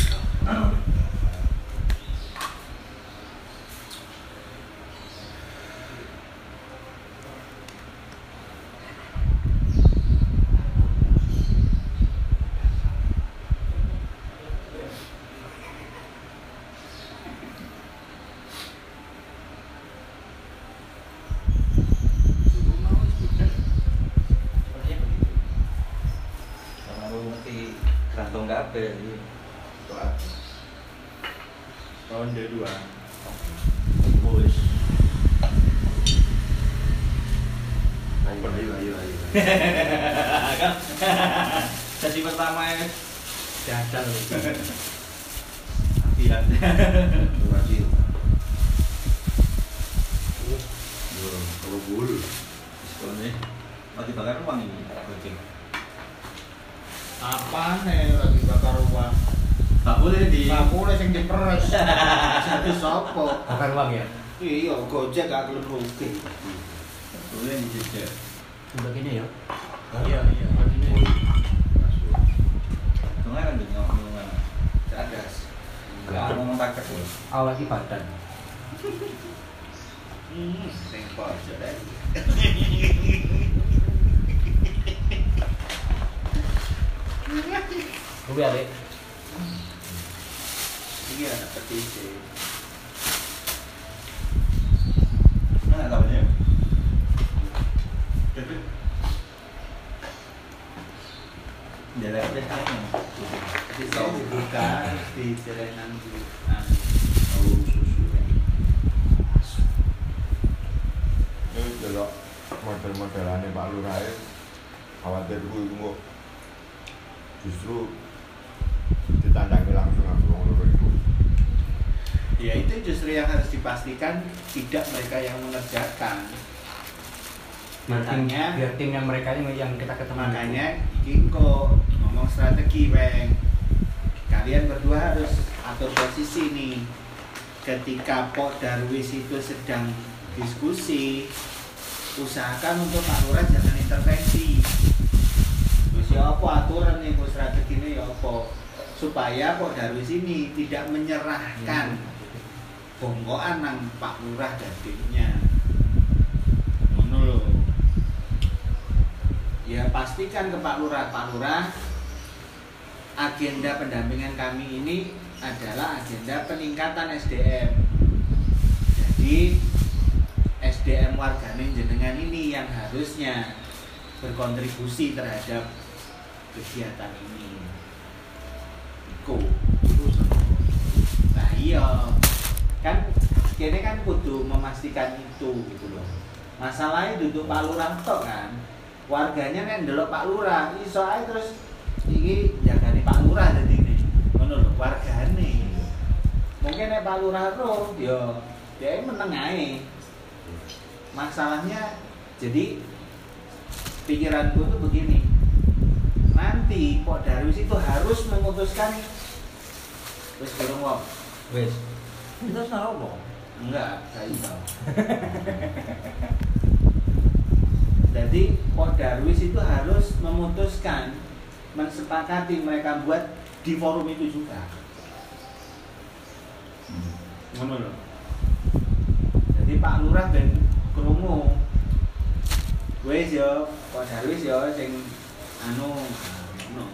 Ronde dua. Bos. Ayo, ayo, ayo, ayo. Sesi pertama ya. Jadal. Iya. Terima kasih. Belum. Kalau bulu. Diskonnya. Mau dibakar uang ini, Gojek. Apa nih lagi bakar uang? Gak boleh di. Gak boleh sing diperes. Jadi sopo? Bakar uang ya? Iya, Gojek gak gelem rugi. Boleh dijejak. Begini ya. Iya, iya, begini. Cuma kan dia ngomong Cerdas. Enggak ngomong paket loh. Awal badan. Hmm, sing pojok deh. Gue ya, Dek. Ini ada petisi. Mana tahunya? Dia lihat deh kayaknya. Bisa dibuka di jalanan di Tahu susu. Ini delok model-modelannya Pak Lurah e, khawatirku itu kok justru ditandangi langsung aku wong loro itu. Ya itu justru yang harus dipastikan tidak mereka yang mengerjakan. Makanya biar tim yang mereka yang yang kita ketemu. makanya iki kok ngomong strategi, Weng. Kalian berdua harus atur posisi nih. Ketika Pok Darwis itu sedang diskusi, usahakan untuk Pak Lurah jangan intervensi. Terus ya apa aturan nih, strategi ini ya apa? Supaya Pok Darwis ini tidak menyerahkan bongkoan nang Pak Lurah dan timnya. Ngono lho. Ya pastikan ke Pak Lurah, Pak Lurah, agenda pendampingan kami ini adalah agenda peningkatan S D M. Jadi S D M wargane jenengan ini yang harusnya berkontribusi terhadap kegiatan ini. Iku. Nah iya, kan kene kan kudu memastikan itu gitu loh. Masalahnya duduk Pak Lurah tok kan. Warganya nek ndelok Pak Lurah iso ae terus iki jagane Pak Lurah dadi ngene. Ngono lho, wargane. Mungkin nek Pak Lurah ro yo dia meneng ae. Masalahnya jadi pikiranku tuh begini. Nanti Pok Darwis itu harus memutuskan wis durung wong. Wes. Kita salah apa? Enggak, saya tahu. Jadi Pok Darwis itu harus memutuskan, mensepakati mereka buat di forum itu juga. Ngono lho. Jadi Pak Lurah ben krungu. Wis yo, Pok Darwis yo sing anu ngono.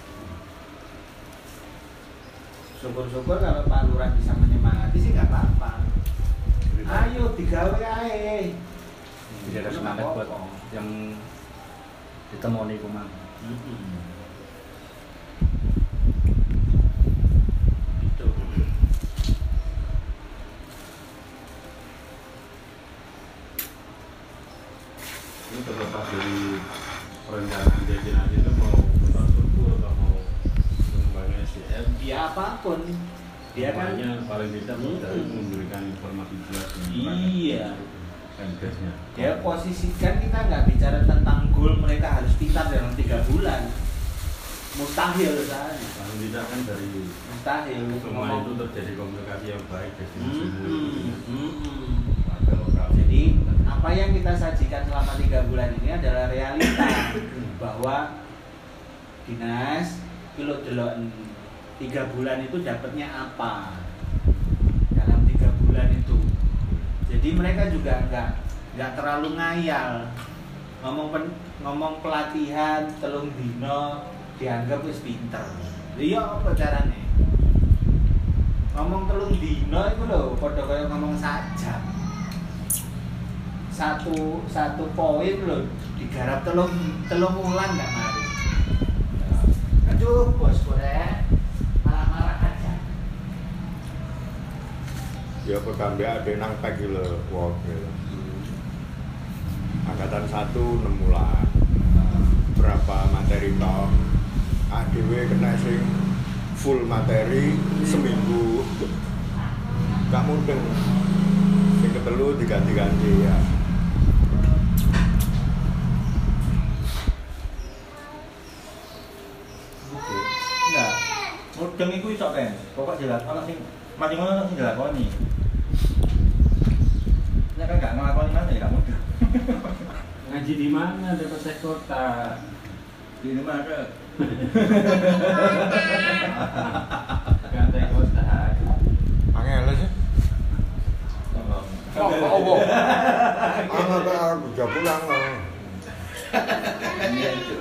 Syukur-syukur kalau Pak Lurah bisa menyemangati sih nggak apa-apa. Ayo digawe ae. Jadi ada semangat buat yang ditemoni kuman. Mm-hmm. Itu. Ini terlepas dari perencanaan destinasi itu mau infrastruktur atau mau mengembangkan S D M, Ya apapun. Dia kan semuanya paling tidak Hmm. dari memberikan informasi jelas Iya. Endgasnya. Dia posisikan, kita nggak bicara tentang goal mereka harus pintar dalam tiga bulan, mustahil soalnya. Paling tidak kan dari Mustahil. semua Ngomong. itu terjadi komunikasi yang baik destinasi Mm-mm. Mm-mm. warga lokal. Jadi apa yang kita sajikan selama tiga bulan ini adalah realita bahwa dinas kilo deloken tiga bulan itu dapatnya apa dalam tiga bulan itu. Jadi mereka juga nggak nggak terlalu ngayal ngomong pen, ngomong pelatihan telung dino dianggap wis pinter. Iya apa carane? Ngomong telung dino itu loh, padha kaya ngomong sajam. Satu satu poin loh digarap telung telung wulan nggak mari. Aduh bos korek marah-marah aja. Ya kekambe ada nang pek iki lho, wong iki. Angkatan satu enam bulan. Berapa materi tok? A D W kena sing full materi seminggu. Gak mudeng. Sing ketelu diganti-ganti ya. Enggak. Mudeng iku iso kan. Pokok jelas ana sing mati ngono ana sing dilakoni. Nek kan gak nglakoni mana ya gak mudeng. Ngaji di mana di Pasar Kota? Di rumah ke. Kata kota. Angel sih. Oh, Oh, oh. Angel pe arep udah pulang. Iya itu.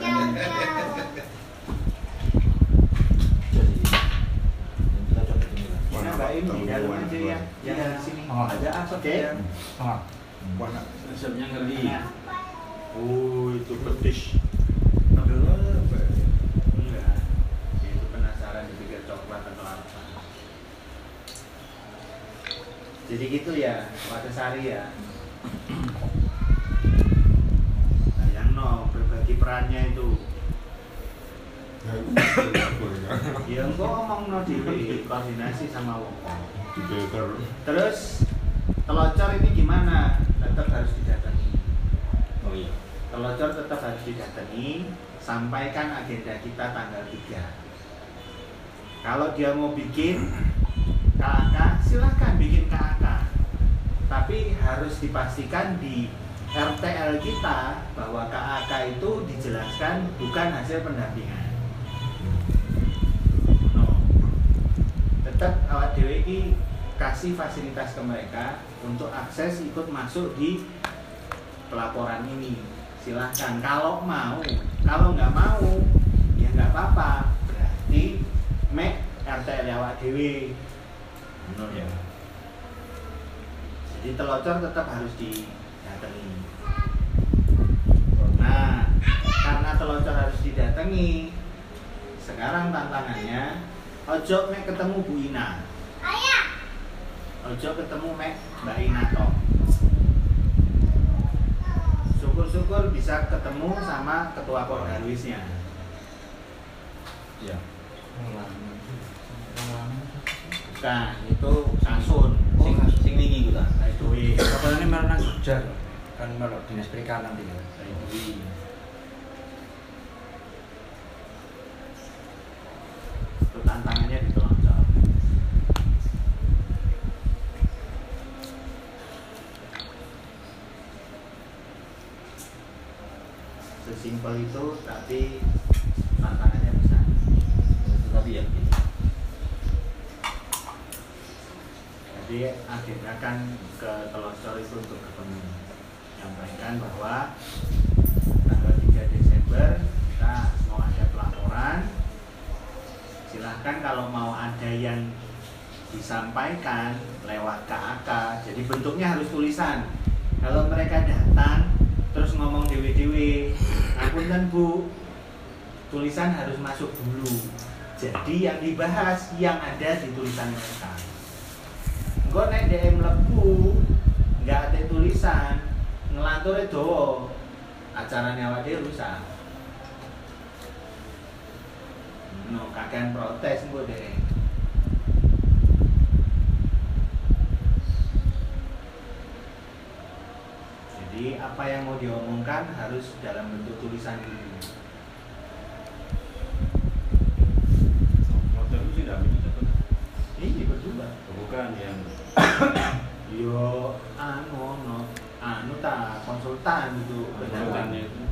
Kita coba ini lah. Ini Mbak Im di dalam aja ya, jangan di sini. Oh. Ada asap Oke. ya. Ah. Mana? Resepnya ngeri. Oh, itu petis. Enggak. Itu penasaran dipikir coklat atau apa. Jadi gitu ya, Pak Sari ya. Bayang no, berbagi perannya itu. Ya engkau ngomong no di koordinasi sama wong. Dibelter. Terus telocor ini gimana? Tetap harus didatangi. Oh iya. Telocor tetap harus didatangi. Sampaikan agenda kita tanggal tiga. Kalau dia mau bikin K A K, silahkan bikin K A K. Tapi harus dipastikan di R T L kita bahwa K A K itu dijelaskan bukan hasil pendampingan. No. Tetap awak dewe ini kasih fasilitas ke mereka untuk akses ikut masuk di pelaporan ini. Silahkan kalau mau, kalau nggak mau ya nggak apa-apa. Berarti make R T L awak dewe. Benar ya. Jadi telocor tetap harus didatangi. Nah, karena telocor harus didatangi, sekarang tantangannya ojo mek ketemu Bu Ina. Ojo ketemu mek Mbak Ina toh. Syukur-syukur bisa ketemu sama ketua Kordarwisnya. Iya. Bukan, itu Sasun. Sing sing wingi ku ta. Saidwi. Kapalane malah nang Jogja lho. Kan melok dinas perikanan iki. Saidwi. Itu tantangannya di telocor. Sesimpel itu, tapi tantangannya besar. Tapi ya gitu. Jadi agendakan ke telocor itu untuk ketemu, menyampaikan bahwa tanggal tiga Desember kita mau ada pelaporan. Silahkan kalau mau ada yang disampaikan lewat K A K, jadi bentuknya harus tulisan. Kalau mereka datang terus ngomong dewe-dewe, ngapunten Bu, tulisan harus masuk dulu. Jadi yang dibahas yang ada di tulisan mereka. Engko nek dhek mlebu enggak ada tulisan, ngelanture dawa, acarane awake dhewe rusak. No, kakean protes engko dhek. Jadi apa yang mau diomongkan harus dalam bentuk tulisan dulu. Tidak begitu. Ini berubah. Bukan yang Yo anu no anu ta konsultan itu konsultannya itu.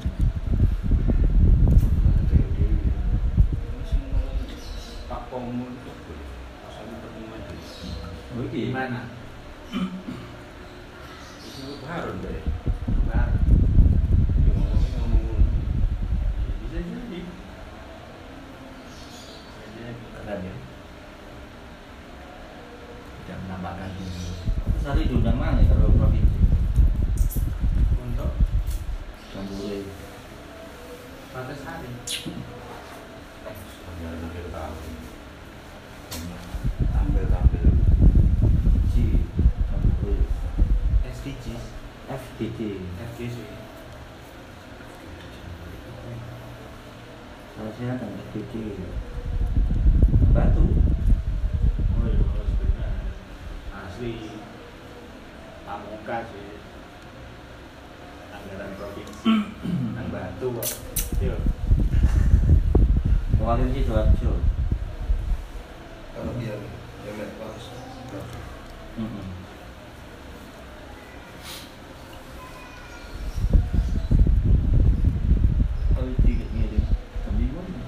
Pak Pomo itu asalnya pertemuan itu. Oh, iki. Gimana? Itu Harun deh. Bar. Ngomongnya ngomong. Bisa jadi. Keren ya. Tidak menambahkan ini. Sari diundang mana ya kalau provinsi? Untuk Sambure. batas hari. Biar akhir tahun. Tampil-tampil. Si Sambure. S D Gs, F D D. F G sih. Salah saya kan F D D. Batu. Oh iya, sebenarnya asli Pamungkas sih. Anggaran provinsi. Nang Batu kok. Yo. Kemarin sih Sidoarjo. Kalau yang yang naik kelas Heeh. Kalau tiga ngene, kami mana?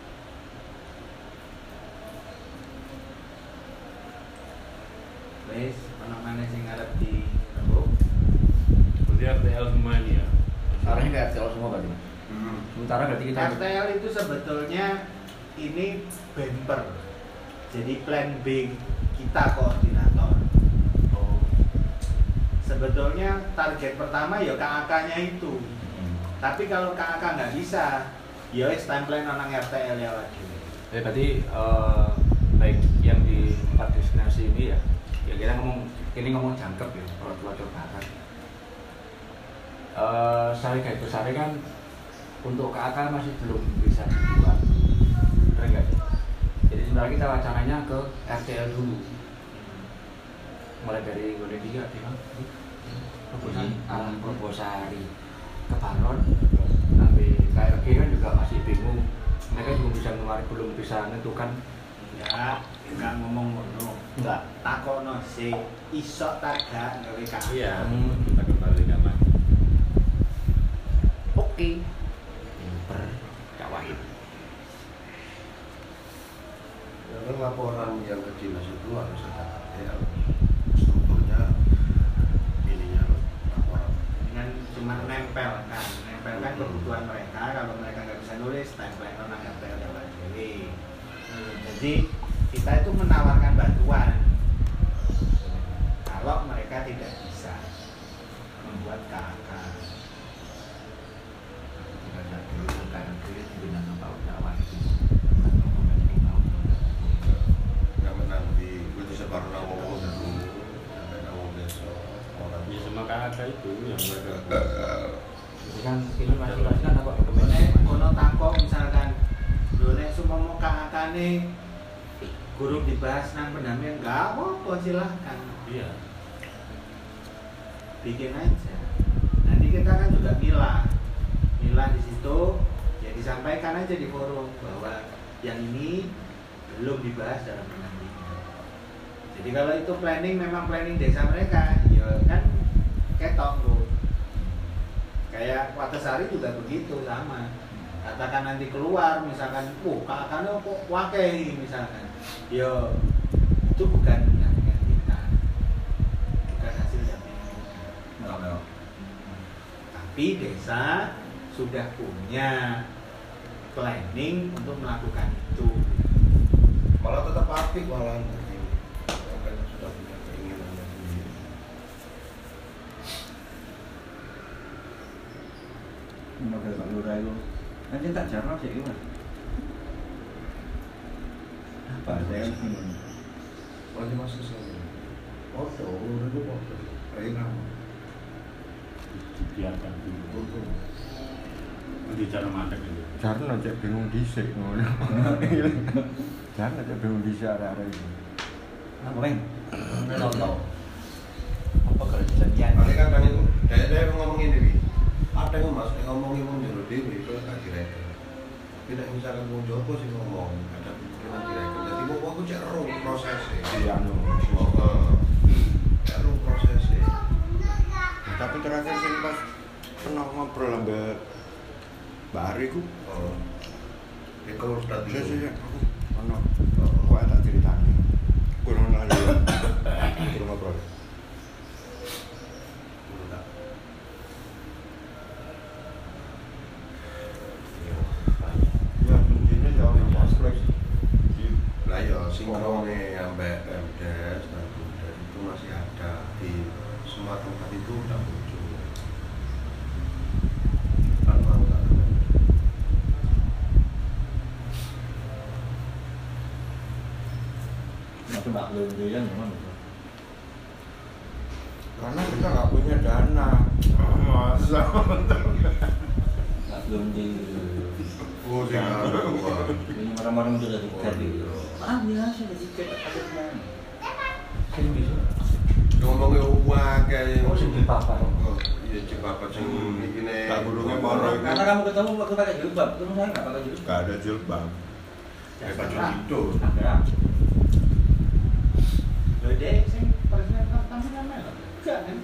Wes, ana maneh sing arep di rembuk. Berarti R T L semuanya ya. Arahnya ke R T L semua berarti. hmm. Sementara berarti kita R T L itu sebetulnya ini bumper. Jadi plan B kita koordinator. Oh. Sebetulnya target pertama ya K A K-nya itu. Tapi kalau K A K nggak bisa, ya wis template nang R T L ya lagi. ya berarti eh, baik yang di empat destinasi ini ya, ya kita ngomong ini ngomong jangkep ya kalau tua bahkan. Eh, Sari garis besarnya kan untuk K A K masih belum bisa dibuat, benar nggak sih? Jadi sebenarnya kita wacananya ke R T L dulu, mulai dari Gode tiga, Proposal, Alam Proposari, ke Baron, sampai K R G kan juga masih bingung. Mereka juga bisa ngeluarin, belum bisa menentukan. Ya, nggak ngomong ngono. Enggak. Takono sih, iso tak gak gawe K A K. Iya, Hmm. kita kembalikan lagi. Oke. Pinter, Kak Wahid. Ya kan laporan yang ke dinas itu harus ada R T L strukturnya ininya laporan. Dengan cuma nempel kan, nempel kan kebutuhan mereka. Kalau mereka nggak bisa nulis, tempel nang R T L yang lagi. Jadi kita itu menawarkan bantuan. Kalau mereka tidak bisa membuat K A K. Kita lihat dulu K R G dengan Pak Kak Wahid. Nggak menang di gue sebar nang ngomong dulu sampai ngomong besok orang Ya sama K A K itu yang mereka Itu kan ini masih masih kan apa Nek dokumennya? ono takok misalkan, lho nek sumpama K A K-ne guru dibahas nang pendampingan, enggak apa-apa silahkan. iya. Bikin aja. Nanti kita kan juga milah, milah di situ, ya disampaikan aja di forum bahwa yang ini belum dibahas dalam pendampingan. Jadi kalau itu planning memang planning desa mereka, ya kan ketok tuh. Kayak Watasari juga begitu sama. Katakan nanti keluar misalkan, oh K A K-nya kok wakil misalkan, ya itu bukan pendampingan kita, bukan hasil pendampingan kita. Tapi desa sudah punya planning untuk melakukan itu. malah tetap apik malah nanti mereka sudah punya keinginannya sendiri. Model Pak Lurah itu nanti tak jarang sih mas. Apa? Saya kan bingung. Lagi masuk sini. Foto, udah gue foto. Kayak kamu. Dibiarkan dulu. Foto. Nanti cara mandek itu. Jarno cek bingung dhisik ngono. Jarno cek bingung dhisik arek-arek iki. Apa Bang? Tahu tahu. Apa kerjaan? Paling kadang itu, dia ngomongin Dewi. Ada yang mas, yang ngomongin mau nyuruh Dewi itu gak direktur. Tidak misalkan mau Joko sih ngomong, ada kita direktur. Jadi mau aku cek roh prosesnya. Iya anu. Cek roh prosesnya. Tapi terakhir sing pas pernah ngobrol ambek Mbak Ari ku. Oh. Itu udah Sik sik dulu. aku ono kok tak ceritani. Kurang lali. Kurang ngobrol. Ya, intinya ya yang kompleks. Lah ya sinkrone ambek Pemdes dan Bumdes itu masih ada di semua tempat itu udah muncul. Kan mau tak Tapi Mbak belum jalan gimana? Karena kita nggak punya dana. Masa? Mbak belum di Oh, jangan lupa. ini orang-orang sudah tiket gitu. Ah biasa ada tiket ada mana? Sini bisa. Ngomongnya uang kayak Oh, sing di papan. Oh, iya di papan sing ini. Tak burungnya moro itu. Karena kamu ketemu waktu pakai jilbab, ketemu saya nggak pakai jilbab. Gak ada jilbab. Kayak baju itu. Ada. Loh dek, sing presiden tamu namanya enggak kan?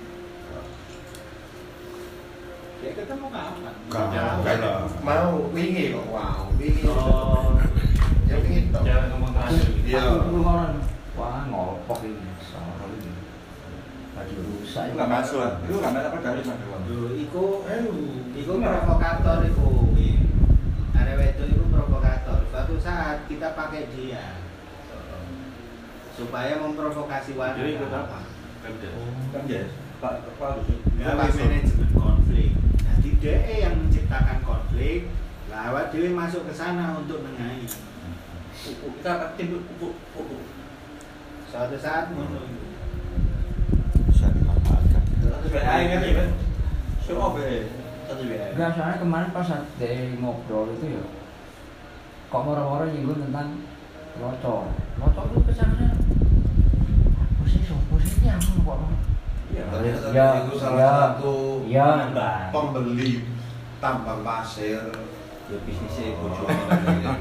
Ya ketemu kapan? Gak, Ya, gak ada. mau wingi kok wow, wingi. Oh, Ya wingi toh. Jangan ngomong terakhir. Iya. Aku ngono. Wah, ngolpok ini. Salah ini. Baju rusak. itu nggak masuk. Itu nggak masuk apa dari mana? Lho, iku Eh, iku provokator iku. Arek wedok iku provokator. Suatu saat kita pakai dia supaya memprovokasi wanita. Jadi ikut apa? Pemdes. Kan ya, Pak Pak harus. Ya, manajemen konflik. Jadi D E yang menciptakan konflik, lewat dia masuk ke sana untuk menengahi. Kita akan tim pupuk pupuk. Suatu saat ngono iku. Bisa dimanfaatkan. Satu B I kan ya kan? Show off ya. Satu B I. Enggak, soalnya kemarin pas dia ngobrol itu ya kok moro-moro nyinggung tentang locor. Locor itu kesannya apa sih, sopo sih ini aku lupa banget. Iya. ternyata Ya, itu salah ya. satu Iya. pembeli tambang pasir. Ya bisnisnya bocor. Bojone.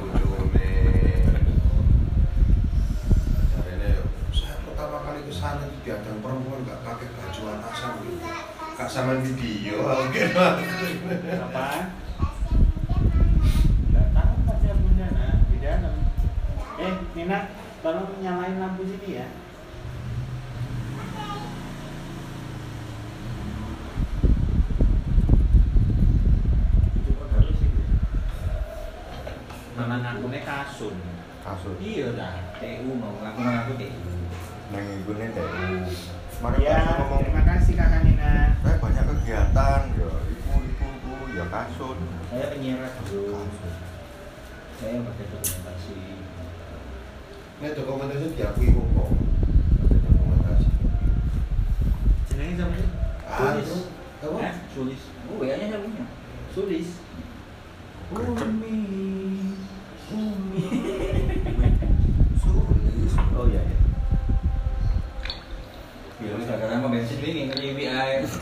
Caranya yo, saya pertama kali ke sana itu diadang perempuan nggak pakai baju atasan gitu. Kak sama video, oke. Apa? Enggak tahu pasti bunda nah, di dalam. Eh, Nina, tolong nyalain lampu sini ya. Memang akune kasun. Kasus. Iya dah. T U mau ngaku ngaku T U. Nang ibune T U. Kemarin Ya, pas ngomong, terima kasih Kakak Nina. saya banyak kegiatan, ya ibu ibu ibu, ya kasut. Saya penyiar radio. Kasut. Saya pakai dokumentasi. Ini dokumentasi diakui kok. Dokumentasi. Jenenge siapa sih? Ah, Sulis. itu apa? Eh? Sulis. Oh, W A-nya saya punya. Sulis. Gercep. Umi. Umi. Sulis. Oh iya ya. Ya wis gara-gara mau bensin wingi ngeri W I. Eh,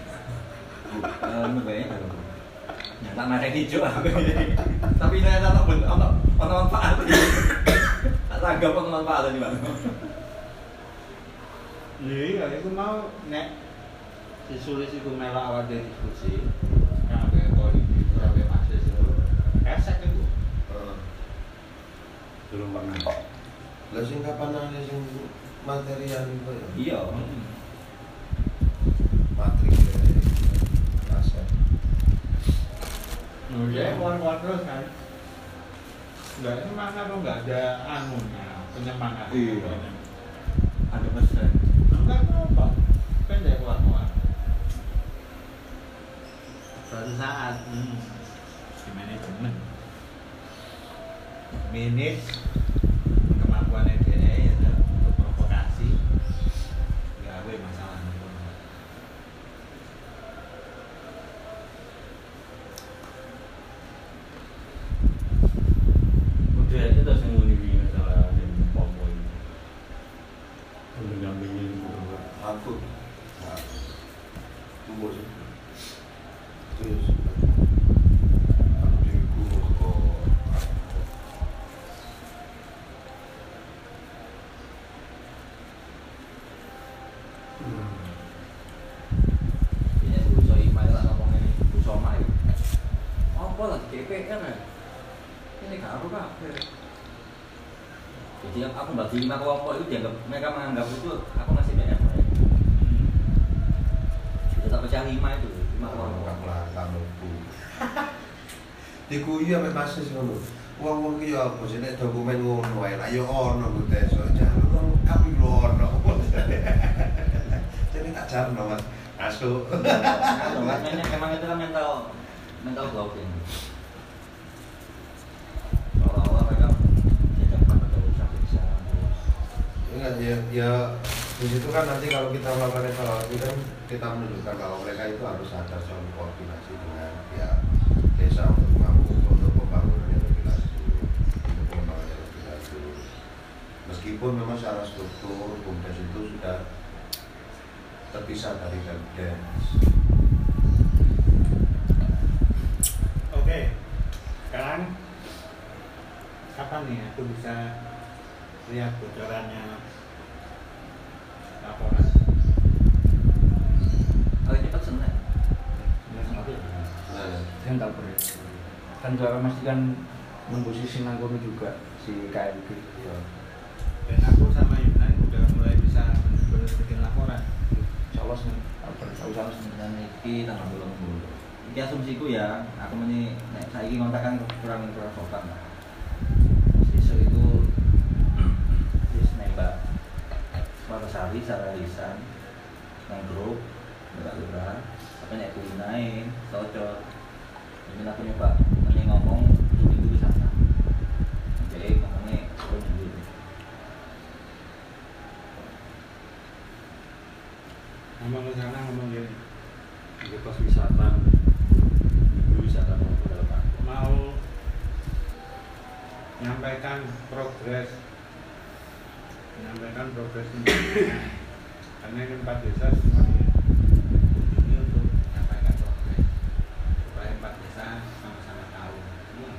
W A-nya kalau nyata merek hijau tapi saya tak ben ono ono manfaat. Tak tanggap ono manfaat di mana. Iya, aku mau nek si Sulis iku melok awal dari diskusi. Yang kayak politik, kayak masih itu. Esek itu. Heeh. Belum pernah. Lah sing kapan ana sing material itu ya? Iya. Matrik aset. Ya, keluar-keluar terus kan. Enggak, emang apa enggak ada anunya, penyemangat. Iya. Ada pesan. Enggak apa. Pendek keluar-keluar. Suatu saat, hmm, di manajemen. Manage, kan ya. Ini gak apa Pak. Jadi aku bagi lima kelompok itu dianggap mereka menganggap itu aku masih banyak mereka. Kita tak pecah lima itu, lima kelompok. Lah kamu bu. Dikuyu sampe masih ngono. Wong-wong ki ya apa sih nek dokumen ngono wae. Lah yo ono ku tes. Jangan lengkap iki lho ono. Jadi tak jarno Mas. Masuk. Nah, memang itu kan mental mental block ini. Awal-awal mereka tidak pernah tahu bisa. Enggak ya, ya di situ kan nanti kalau kita melakukan evaluasi kan kita menunjukkan bahwa mereka itu harus ada soal koordinasi dengan ya desa untuk mampu untuk pembangunan yang lebih lanjut, untuk pengembangan yang lebih lanjut. Meskipun memang secara struktur BUMDes itu sudah terpisah dari Pemdes. Oke, sekarang kapan nih aku bisa lihat bocorannya laporan? Paling cepat Senin. Nah, Saya nggak boleh. Kan juga masih kan nunggu si Sinanggono juga si K M G. ya. Dan aku sama Yunan udah mulai bisa bener-bener bikin laporan. Insyaallah sih. Tahu sama Dan iki tanggal belum dulu. Iki asumsiku ya, aku meni nek saiki kontakan kurang kurang sopan lah. Sesuk itu wis nembak Marasari secara lisan nang grup nggak lurah apa nek kulinain cocok ini aku nyoba meni ngomong minggu di sana jadi ngomongnya aku minggu Ngomong ke sana ngomong gini, Itu pos wisata, itu wisata mau dalam aku. mau menyampaikan progres, menyampaikan progres ini. Karena ini empat desa semua ini untuk menyampaikan progres supaya empat desa sama-sama tahu. Hmm.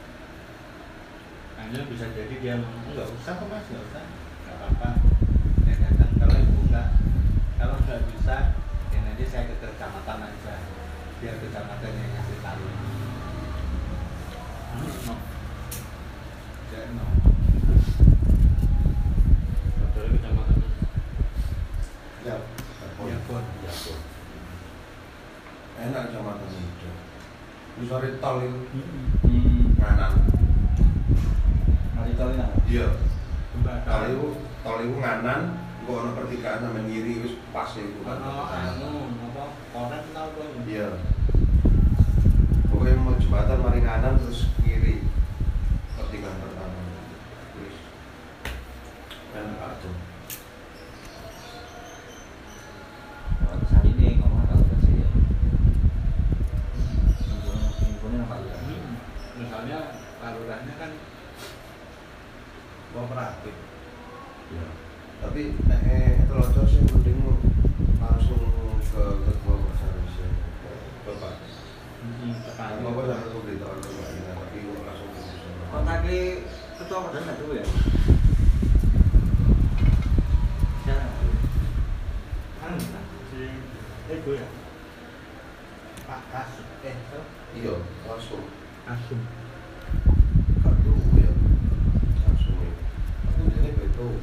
Hanya bisa jadi dia ngomong nggak usah kok Mas, nggak usah, nggak apa-apa. Saya datang kalau ibu nggak, kalau nggak bisa, ya nanti saya ke kecamatan aja, biar kecamatan yang ngasih tahu. No. Jangan no. Padahal kecamatan Ya, Ya pun. ya pun. enak kecamatan itu. Di sore tol itu hmm nganan. mari tahu nang Iya. Jembatan. Tol itu tol itu nganan, kok ono pertigaan sama ngiri wis pas itu. Ono anu apa? Koran tahu kok. Iya. Pokoknya mau jembatan mari kanan terus kiri pertigaan pertama. Wis. Enak tuh. kalau saat ini ngomong kalau kasih ya infonya apa ya Hmm. Misalnya salurannya kan kooperatif. Ya. Tapi nek eh, itu loco sih mending langsung ke ketua masyarakat. Bapak. Hmm. Sekali. Bapak jangan lupa beritahu Bapak ini, tapi langsung ke sana. kontaknya ketua badan nggak dulu ya jarang Anu lah, si Ego ya. Pak Kasum. Eh, so? Iya, langsung. Kasum. Kartu ya. Langsung ya. Aku jadi betul.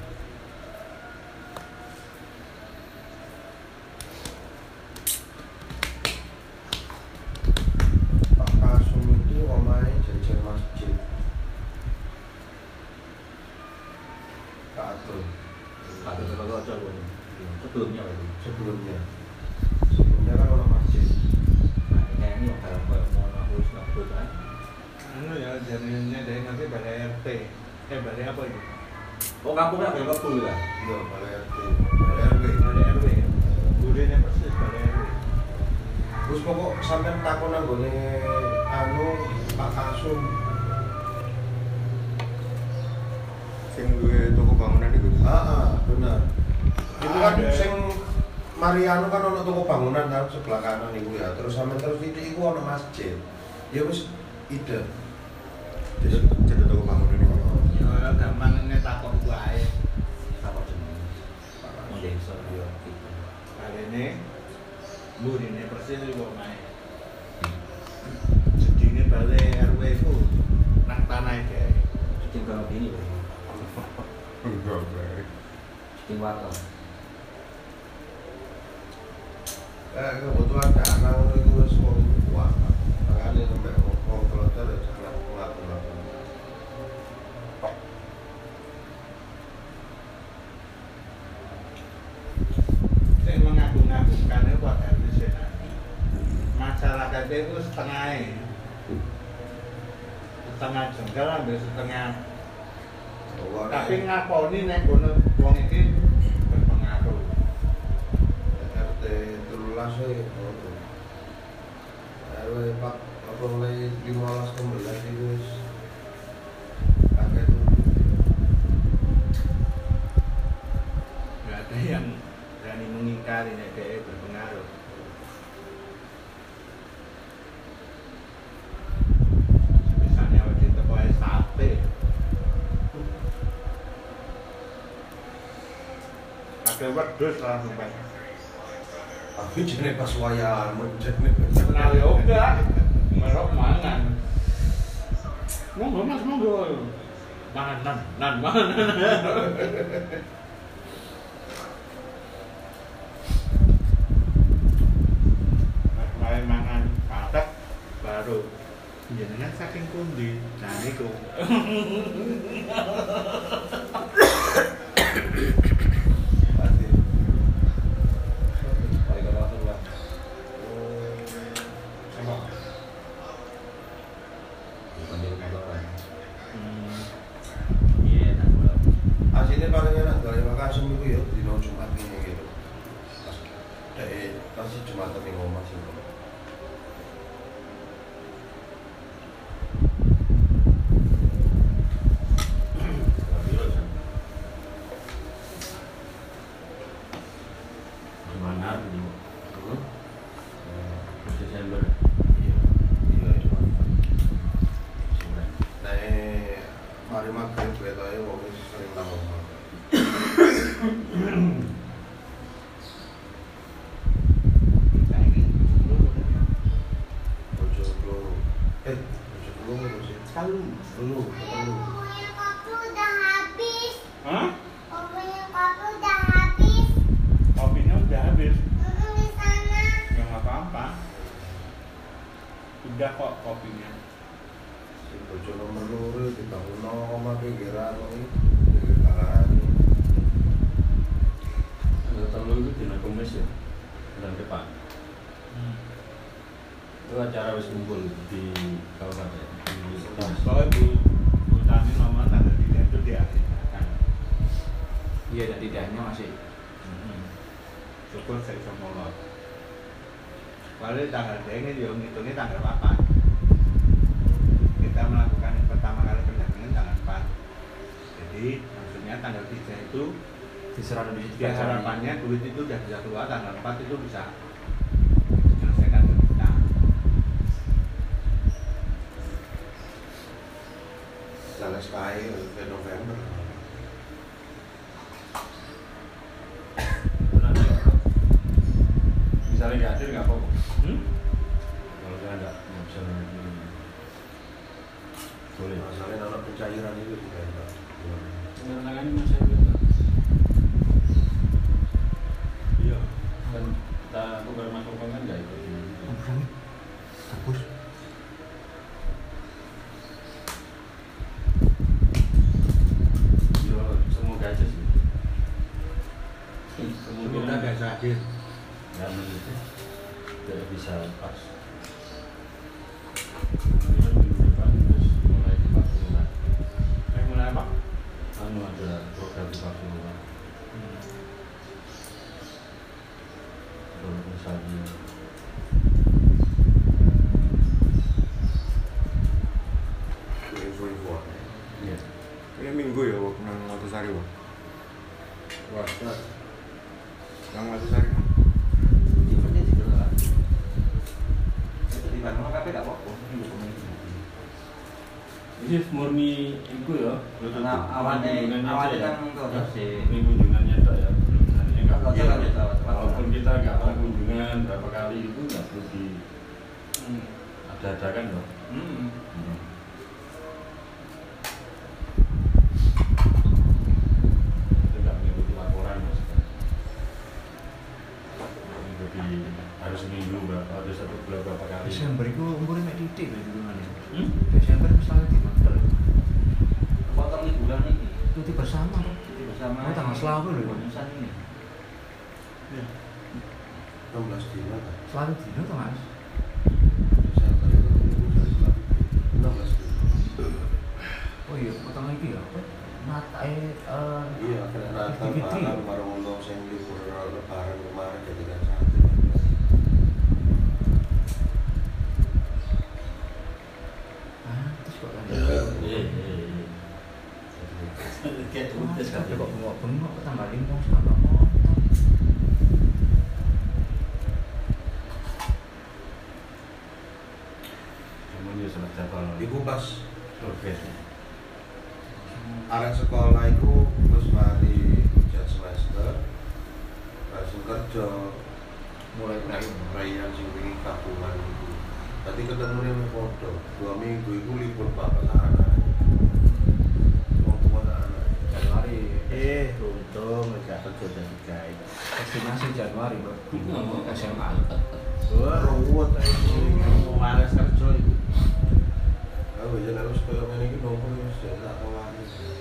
Pak Kasum itu omahe jajar masjid. Kak Atul. ada sebagai ocol sebelumnya lagi Sebelumnya. Sebelumnya kan orang masjid. nah ini ini yang dalam kayak mau ngapus ngapus kan Anu ya, jaringannya dari nanti balai R T. Eh, balai apa itu? oh kampung kan yang kebul kan Iya, balai R T. Balai R W. Balai R W ya. Gurine persis balai R W. Terus pokok sampean takon nang gone anu Pak Kasum. Sing duwe toko bangunan iku. Heeh, bener. Itu kan Ada. sing Mariano kan ono toko bangunan kan sebelah kanan iku ya. Terus sampean terus titik iku ono masjid. Ya wis ide. Jadi jadi toko bangunan iku. Ya gampang ngetakok wae. apa jenis mau desa Iya. Balene gurine persis iku omahe. Jedine balai R W itu nak tanah deh. Tinggal gini bro. Enggak, bro. Tinggal wakil. Eh, kebutuhan dana itu wis wong kuat. Makane sampe wong kloter ya sangat kuat-kuat. Saya mengagung-agungkan itu buat habis ya. Masyarakat itu setengah setengah jengkel ambil setengah. Tapi ngaponi nek kono wong iki berpengaruh. R T telulas e ngono. R W Pak apa mulai lima belas enam belas itu wis akeh tuh. Enggak ada yang berani mengingkari nek dia berpengaruh. Misalnya waktu itu kau sate, ada wedhus langsung kan. Tapi jenenge pas wayahan jenenge Kenal yoga, merok mangan. Monggo mas monggo. Mangan nan, nan mangan. Mulai mangan patek baru jenengan saking pundi. Nah niku. pasti. Wali kota Pasuruan. Sama. Bukan di rumah orang. Hmm. Iya, tak boleh. Asline paling enak gawe makasem iku ya dino Jumat ini gitu. Pas dek pasti Jumatan ning omah sih. Gimana dulu? Desember. Iya. Iya itu. Sebenarnya. Nek mari magrib ketoke wong wis sering nang omah. Kita ini Bojo loro. Eh, bojo loro sih. Kalu. Loro, ketelu. Omongan kopi udah habis. Hah? Omongan kopi udah habis. Kopinya udah habis. Mm, di sana. Ya nggak apa-apa. Udah kok kopinya. Si bojo nomor loro dibangun omah pinggiran kok iki. Pinggir kalangan. Telu itu dina Kamis ya, bulan depan. Itu acara wis kumpul di kabupaten. Di Soalnya Bu Bu Tani nomor tanggal tiga itu dia akan. Iya, dan tidaknya masih. Syukur saya bisa molor. Kalau tanggal dia ini dia ngitungnya tanggal empat. Kita melakukan yang pertama kali pendampingan tanggal empat. Jadi maksudnya tanggal tiga itu Diserah di situ. ya harapannya duit itu udah bisa keluar, tanggal empat itu bisa menyelesaikan ke kita. Jalan sekali ke November. Misalnya nggak hadir nggak apa-apa. Hmm? Kalau saya nggak nggak bisa hmm, boleh. Masalahnya anak pencairan itu juga enggak. Tantangannya masih ada. Iya, kan kita bukan masuk kan nggak ikut. Bagus. Iya, semoga aja sih. Semoga nggak bisa hadir. Ya menurutnya tidak bisa pas. Kemudian minggu depan terus mulai di Pasuruan. Eh mulai apa? Anu ada program di Pasuruan. Kalau misalnya Info-info. ya Ini minggu ya waktu nang Watusari wah. puasa Nang Watusari. Eventnya digelar. Itu di Bandung kafe nggak apa-apa. Ini dokumen itu. ini murni itu ya. Karena awalnya awalnya kan itu ya, si ini kunjungannya tak ya. Artinya nggak Kalau iya, jalan itu lewat walaupun kita nggak tahu kunjungan berapa kali itu nggak perlu di Hmm. ada dadakan loh. Hmm. Itu nggak mengikuti laporan maksudnya. Mengikuti harus seminggu berapa, ada satu bulan berapa kali. Desember itu umurnya mek titik lho hubungannya. Hmm? Desember misalnya di hotel. Potong liburan ini. Cuti bersama kan. Cuti bersama. Oh, tanggal selalu lho. Bonusan ini. enam belas dino kan? Selalu dino tuh Mas. Desember itu dari selalu enam belas dino. Oh iya, potong lagi ya. Nata eh eh, Iya, kena Natal Fitri. barang baru untuk sing libur lebaran kemarin jadi kan satu. Ah, terus kok kan. Iya, iya, iya. Kayak Terus udah tapi kan. kok bengok-bengok kok tambah limong sama motor. Cuman ya salah jadwal. Iku pas Progres. arek sekolah iku wis mari ujian semester. Langsung kerja Mulai nek mulai. perayaan sing wingi kabungan iku. Tadi ketemu ning foto, dua minggu iku libur bapak anak. Wong tua anak. Januari. Eh, untung gak kerja jadi guide. Estimasi Januari, Bro. S M A. Wah, ruwet aja. Males kerja itu. Aku ya harus koyo ngene iki nopo wis tak tawani.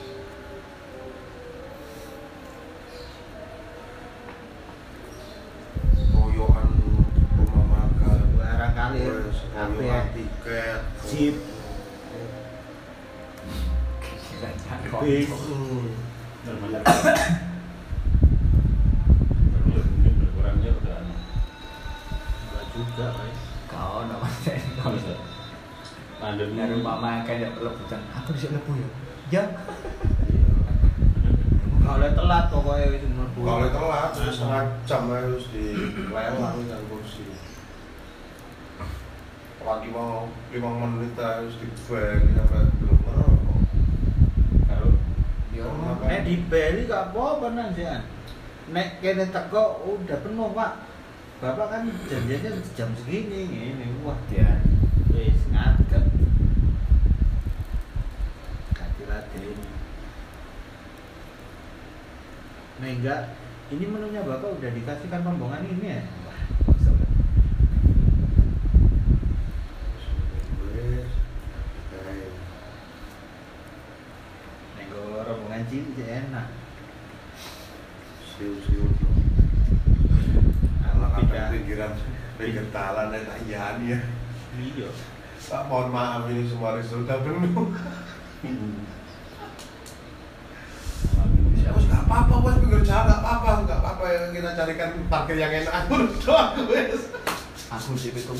Koyokan rumah makan, Barangkali wis apa koyokan tiket, Jeep. Bis. Termasuk termasuk mungkin berkurangnya udah anu. Enggak juga, guys. Kau nama saya. Pandemi Nyari rumah makan ya lebutan. Aku bisa lebu ya. Ya. Kalau telat pokoknya wis mlebu. kalau telat wis setengah jam harus dilelang dan kursi. Lagi mau lima menit harus dibel sampai belum ngerokok. karo Ya. Nek di Bali gak apa-apa nang sian. Nek kene teko udah penuh, Pak. Bapak kan janjiannya jam segini ngene. Wah, Ya. wis ngadeg. Hati-hati. Nah, enggak, ini menunya Bapak udah dikasihkan rombongan ini ya? Wah, maksud. Wis kayak Nek go rombongan cilik sih enak. siu-siu. Aku Makan pindah. pinggiran pinggir talan dan ayani ya. Iya. Pak mohon maaf ini semua restoran sudah penuh. Ya wes nggak apa-apa, wes pinggir jalan nggak apa-apa, nggak apa-apa ya kita carikan parkir yang enak dulu doang wes. Aku sih itu.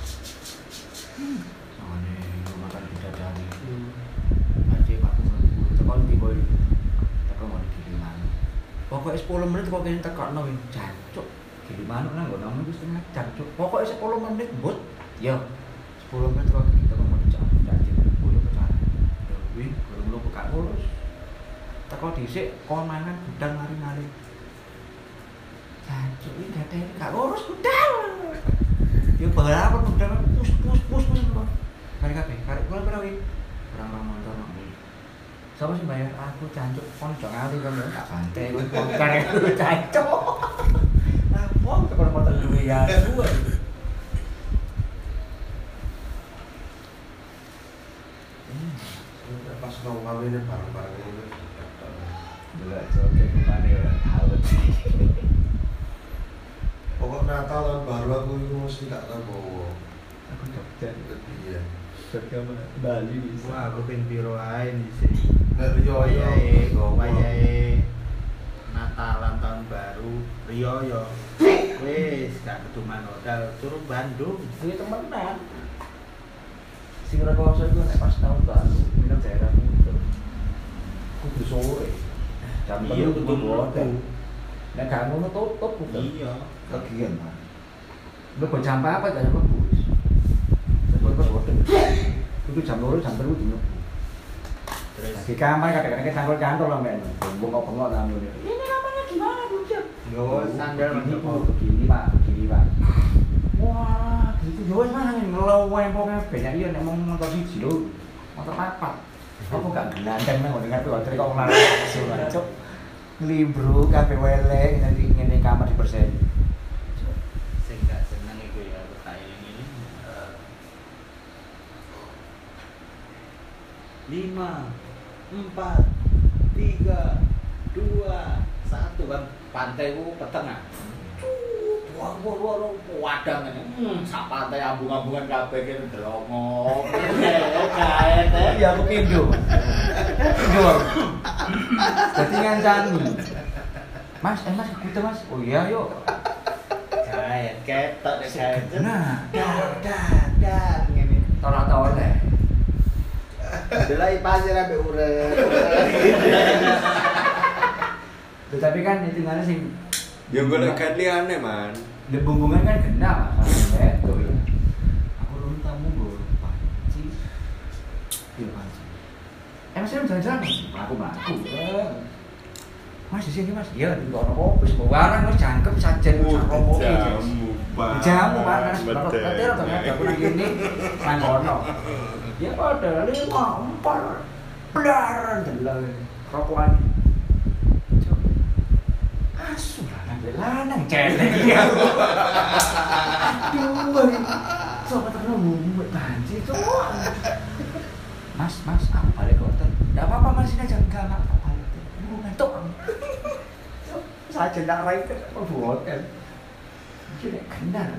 Oh nih, lu makan bidadari. Aja aku mlebu tekan di boy. Tekan mau dikiriman. Pokoknya sepuluh menit kok kene tekokno wing jancuk. Kiriman nang nggo nang wis setengah jancuk. Pokoknya sepuluh menit, Bud. Ya. sepuluh menit kok kita mau dicabut janji kulo ke sana. Ya kuwi kurang lu buka ngurus. Teko dhisik kon mangan gudang mari-mari. Jancuk iki gatene gak ngurus gudang. Ya berapa gudang pus pus pus pus kok. Kare kabeh, kare kula pira wi? Orang-orang motor nang kuwi. Sapa sih bayar aku jancuk kon aja ngali kan tak bantai kuwi kon kare jancuk. Nah, wong kok motor duwe ya suwe. Pas mau kawin barang-barang ini. Delok joge gimana ya awet. Pokok Natal tahun baru aku itu mesti tak tahu. Aku Jogja. Iya. Jogja mana? Bali bisa. Wah, aku pengen biro ae di sini. Nek Rio Wayahe, yo wayahe Natalan tahun baru, Rio yo. Wis gak keduman hotel, turun Bandung. Kuwi temenan. Sing rekoso iku nek pas tahun baru, minum daerah itu. Kudu sore. Jam Iya, telu kudu kudu hotel. mlebu. Nek gak ngono tutup kudu. Iya. Kegian, Pak. Lu kok jam apa gak mlebu? Sebab pas hotel. Kudu jam dua jam telu kudu mlebu. Terus Di kamar kadang-kadang cangkul-cangkul lah men. Bengok-bengok lah men. Ini kamarnya gimana, Bujang? nggawa sandal begini, mantep. Bu. Begini, Pak. Begini, Pak. Wah, Itu yo wis mah ngelowe pokoke banyak iya nek mau motor siji lho. Motor papat. Apa gak gelandang nang dengan kuwi kok nglarang surat. Cuk. Libro kabeh welek nanti ngene kamar dibersihkan. Sing gak seneng iku ya pertanyaan ini. Lima, empat, tiga, dua, satu kan pantai ku petengah. Wah, wah, wah, wadang ini. Hmm, sak pantai ambung-ambungan kabeh kene delongo. Kae teh. Ya aku pindo. Pindo. Dadi ngancani. Mas, eh mas ikut mas. Oh iya yuk. Kae ketok nek kae. Nah, dar dar dar ngene. tolak-tolak. Delai pasir ape urep. Tapi kan hitungannya sih. Ya gue lagi liane man. Di bumbungan kan kena mas, itu ya. Aku belum tamu gue panci, iya panci. Eh mas, jalan jalan mas, aku melaku. Mas di sini mas, iya di kono kopi, semua barang mas jangkep sajen Oh, jamu pak. Jamu pak, karena sebab nanti atau nggak aku lagi ini nang kono. Ya pada lima empat, belar delay, rokokan. Asu lanang lanang celeng ya. Aduh, sobat terlalu buat banci itu. Mas, mas, aku balik ke hotel. Tidak apa-apa mas, ini aja enggak, enggak apa-apa. Aku ngantuk. Saya tidak raih ke hotel. Jadi kenal.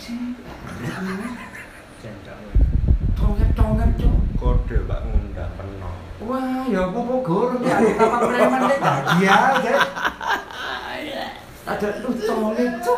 Tonget-tonget cok. Kode pak ngundang penuh. Wah, ya aku mau goreng ya. Kamar preman deh, tadi aja. Ada lu tonget cok.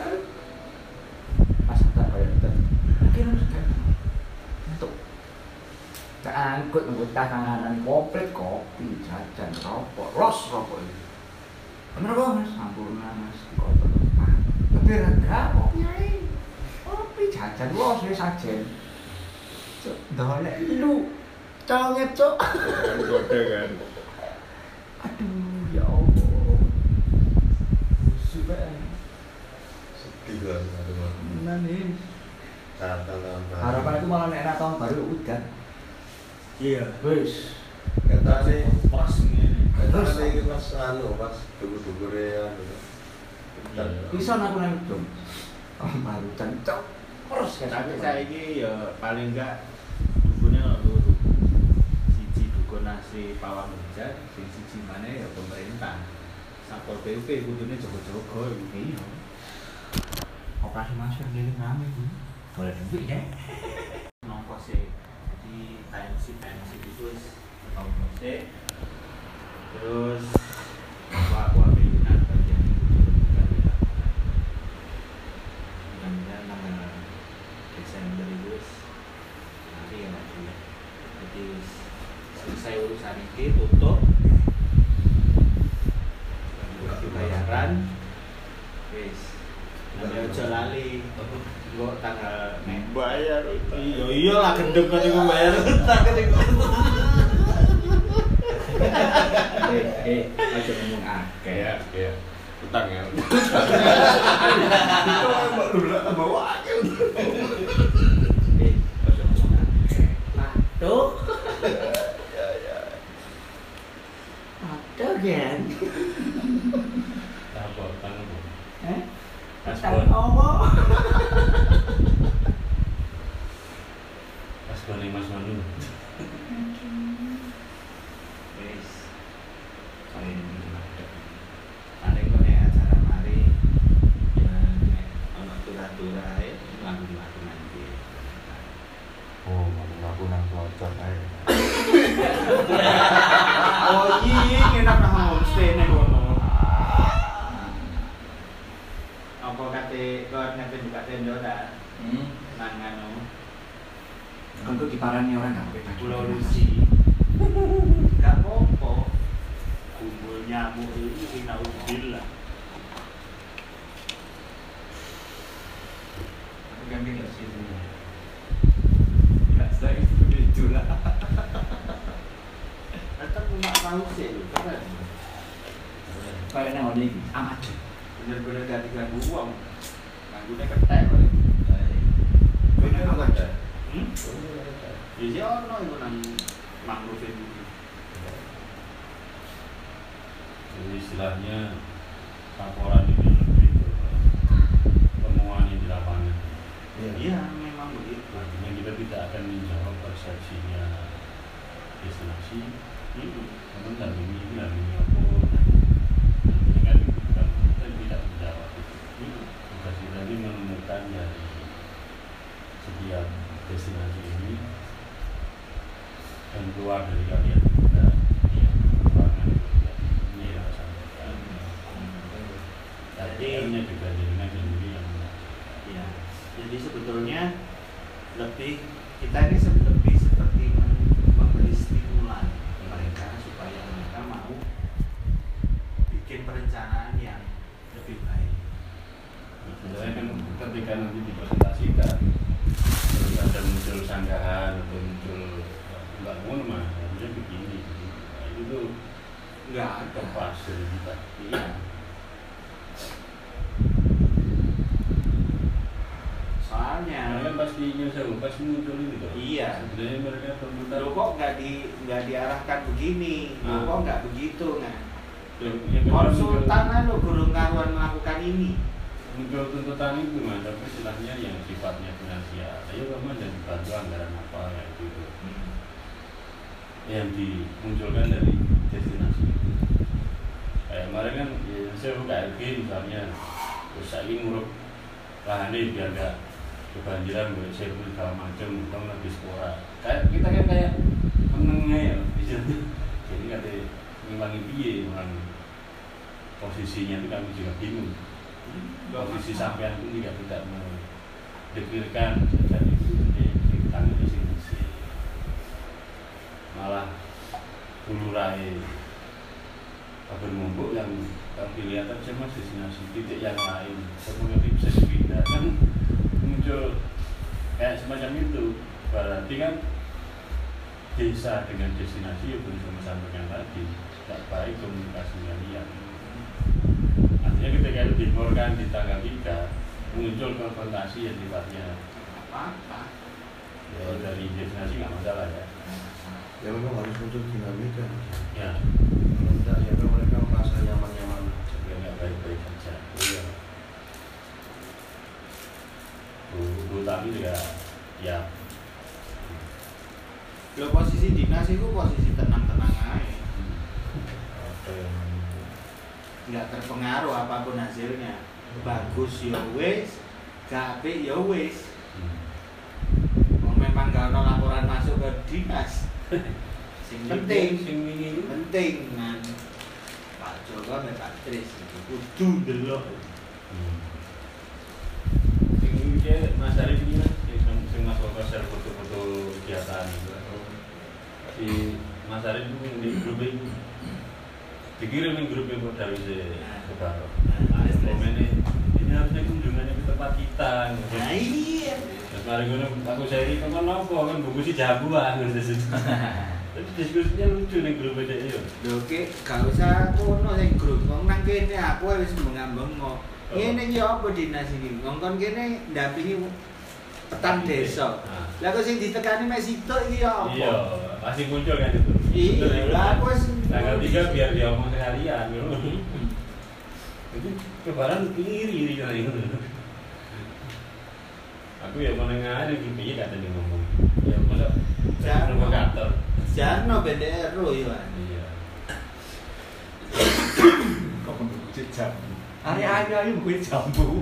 Mas tak bayar hotel. Akhirnya sudah. Ngantuk. Keangkut nunggu tanganan komplit kopi, jajan, rokok, los rokok ini. Bener kok mas, sampurna mas, kotor. Tapi enggak kopi aja. Kopi jajan, los ya sajen. Cuk, dolek lu, conget cuk. Kan kode kan. Aduh, ya Allah. Sudah. Sedih lah, aduh. Nani. Tatanan. Harapan itu malah nek tahun baru udah. Iya. Wis. Ketane Pas ngene. ketane iki pas anu, pas dukur-dukure anu. Bisa aku nang dong. Oh, baru cancok. Terus Tapi saiki ya paling enggak dukune loro. Siji dukun nasi pawang hujan, sing siji maneh ya pemerintah. Satpol P P kudune jaga-jaga iki. Iya. Operasi masker ini rame Bu. Boleh duit ya. Nongko sih di timesheet timesheet itu wis nongko sih. Terus aku aku ambil benar bagian itu bukan ya. Mudah-mudahan tanggal Desember itu wis nanti ya lagi ya. Jadi wis selesai urusan ini tutup. Bagi bayaran. Wis. Nanti aja lali. Kok tanggal Bayar. iya iyalah gendeng kan iku bayar utang kan iku. Eh, eh, aja ngomong akeh. Iya, iya. Utang ya. Itu emang dulu tambah wakil. Eh, aja ngomong akeh. Tuh. Ya ya. Ada kan? Apa utang apa? Eh? Paspor. apa? Paspor ning Mas Manu. Wis. Paling paling kok nek acara mari ya nek ana turah-turah ae lagu-lagu nanti. Oh, aku nang bocor ae. Oh iya enak nang homestay nek kono. Apa kate kon ngate buka tenda ta? Hmm. Nang anu Untuk diparani orang nggak pakai baju. Pulau Lusi. Gak apa-apa. Kumpul nyamuk itu inaudillah. Aku ganti nggak sih ini? Nggak saya itu lah. Atau cuma tahu sih, keren. Kayak nang ini amat. Bener-bener ganti lagu uang. Lagunya ketek kali. Jadi ono iku nang mangrove itu. Jadi istilahnya laporan ini lebih ke temuan yang di lapangan. Iya, memang begitu. Artinya kita tidak akan menjawab persepsinya destinasi. Hmm. Namun dan ini ini dan ini apa? Ini kan bukan kita tidak menjawab itu. Tugas kita ini menemukan dari setiap destinasi ini dan keluar dari kalian juga yang kekurangan juga ini yang saya sampaikan. Jadi Artinya juga jaringan sendiri yang ya, jadi sebetulnya lebih kita ini se- lebih seperti men- memberi stimulan mereka supaya mereka mau bikin perencanaan yang lebih baik. sebenarnya kan ketika nanti dipresentasikan terus ada muncul sanggahan atau muncul enggak ngono mah harusnya begini nah, itu tuh Nggak ada. pas dari kita. Iya. Soalnya Karena kan pasti nyusul pasti muncul ini tuh. Iya. Sebenarnya mereka berputar. lo kok nggak di nggak diarahkan begini, lo Ah. kok nggak begitu, nah Yang kedua konsultan muncul- lo guru karuan melakukan ini. muncul tuntutan itu mas, tapi istilahnya yang sifatnya finansial. Ayo kamu ada dibantu anggaran apa ya gitu. Yang dimunculkan dari destinasi. Kayak kemarin kan ya, saya buka L G misalnya, terus saya ingin nguruk lahannya biar nggak kebanjiran, gue saya pun segala macam, kita lagi sekolah. Kayak kita kan kayak menengah ya, jadi kata ngilangi biaya, orang posisinya itu kami juga bingung. Posisi sampean pun juga tidak mendeklarkan jadi ini tanggung di sini malah bulurai kabel mumbuk yang dilihat aja mas destinasi titik yang lain semuanya bisa dipindah kan muncul kayak semacam itu berarti kan desa dengan destinasi ya belum sama sampaikan tadi tidak baik komunikasinya lihat. Artinya ketika itu diborkan di tanggal tiga muncul konfrontasi yang sifatnya Apa-apa. ya dari destinasi nggak masalah ya. Ya memang harus muncul dinamika. Ya, Kalau tidak ya kan mereka merasa nyaman-nyaman. ya nggak baik-baik saja. Iya. Bu Tami juga ya. Lo posisi dinas itu posisi tenang-tenang aja, Apa yang nggak terpengaruh apapun hasilnya. Bagus ya wes, gak apik ya wes. Mau memang gak ada laporan masuk ke dinas. Sing penting, sing ini penting kan Pak Joko dan Pak Tris itu kudu ndelok. sing ini Mas Arif ini mas, sing sing masuk ke share foto-foto kegiatan itu. Si Mas Arif itu di grup itu dikirim di grup itu dari si Sebaro. Komennya ini harusnya kunjungannya ke tempat kita. Nah iya. Terus mari ngono aku seri kan nopo kan bungkusi jagoan terus. Tapi diskusinya lucu nih grup aja yo. Lho ki gak usah ngono sing grup. Wong nang kene aku wis mengambengno. Ngene iki apa dinas iki? Ngongkon kene ndampingi petang desa. Nah. Lah kok sing ditekani mek sitok iki ya apa? Iya, pasti muncul kan itu. Iya, lah aku wis tanggal tiga biar diomong sekalian gitu. Jadi kebaran iri-iri kali itu. Aku ya menengah aja gitu ya katanya ngomong. Ya masa Jangan. provokator. Jarno B D R yo kan. Iya. Kok mengucit jambu? Hari-hari ayo kuit jambu.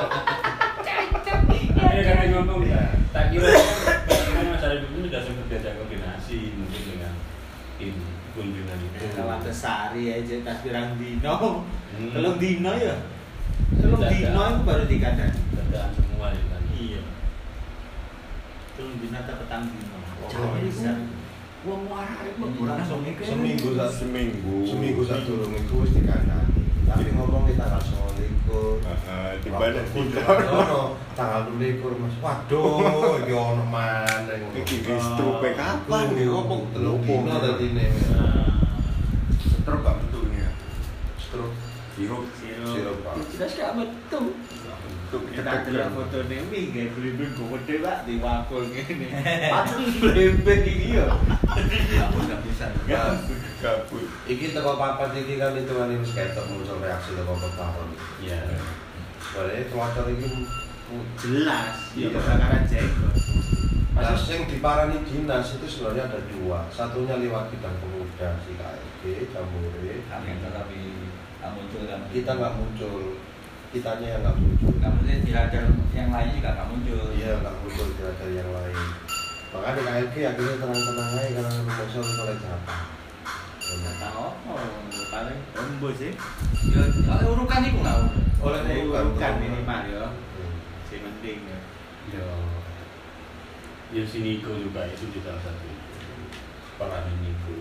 Akhirnya karena ngomong ya, tak kira kan masalah itu sudah sempat diajak koordinasi mungkin dengan tim kunjungan itu. Kawan besari aja tas pirang dino. Hmm. Telung dino ya. Telung Dadak. dino itu baru dikandani. Dadaan semua itu kan. Iya. Telung dino atau petang dino. Jangan bisa. Wong arek mlebu langsung iki. Seminggu satu Seminggu. seminggu satu minggu wis dikandani. Tapi ngomong di tanggal sembilan belas. Heeh, di mana kunjungan ono tanggal dua puluh Mas. Waduh, iki ono maneh. Iki distrupe kapan Iki iki opo ngomong telung dino dadi ne. Nah, Stroke gak bentuknya. Stroke. Sirup. Sirup. Sirup, Pak. Jelas gak betul. Kita delok fotone wi gawe blimbing gede Pak di wakul ngene. Patung blimbing iki yo. Gabus-gabusan. Gabut. Iki teko papat iki kan hitungane wis ketok muncul reaksi teko kebawon. Iya. Soale cuaca iki Jelas, ya kebakaran jenggot. Nah, yang diparani dinas itu sebenarnya ada dua. Satunya lewat bidang pemuda si K L G, Jambore. Amin, tetapi nggak muncul kan? Kita nggak muncul, kitanya yang nggak muncul. Nggak muncul di radar yang lain juga nggak muncul. Iya, nggak muncul di radar yang lain. Makanya K L G akhirnya tenang-tenang aja karena muncul oleh Japa. Kata apa? Paling ombo sih. Ya, oleh urukan itu nggak udah. Oleh Urukan minimal ya. Si penting ya. Ya, ya si Niko juga itu di salah satu peran Niko.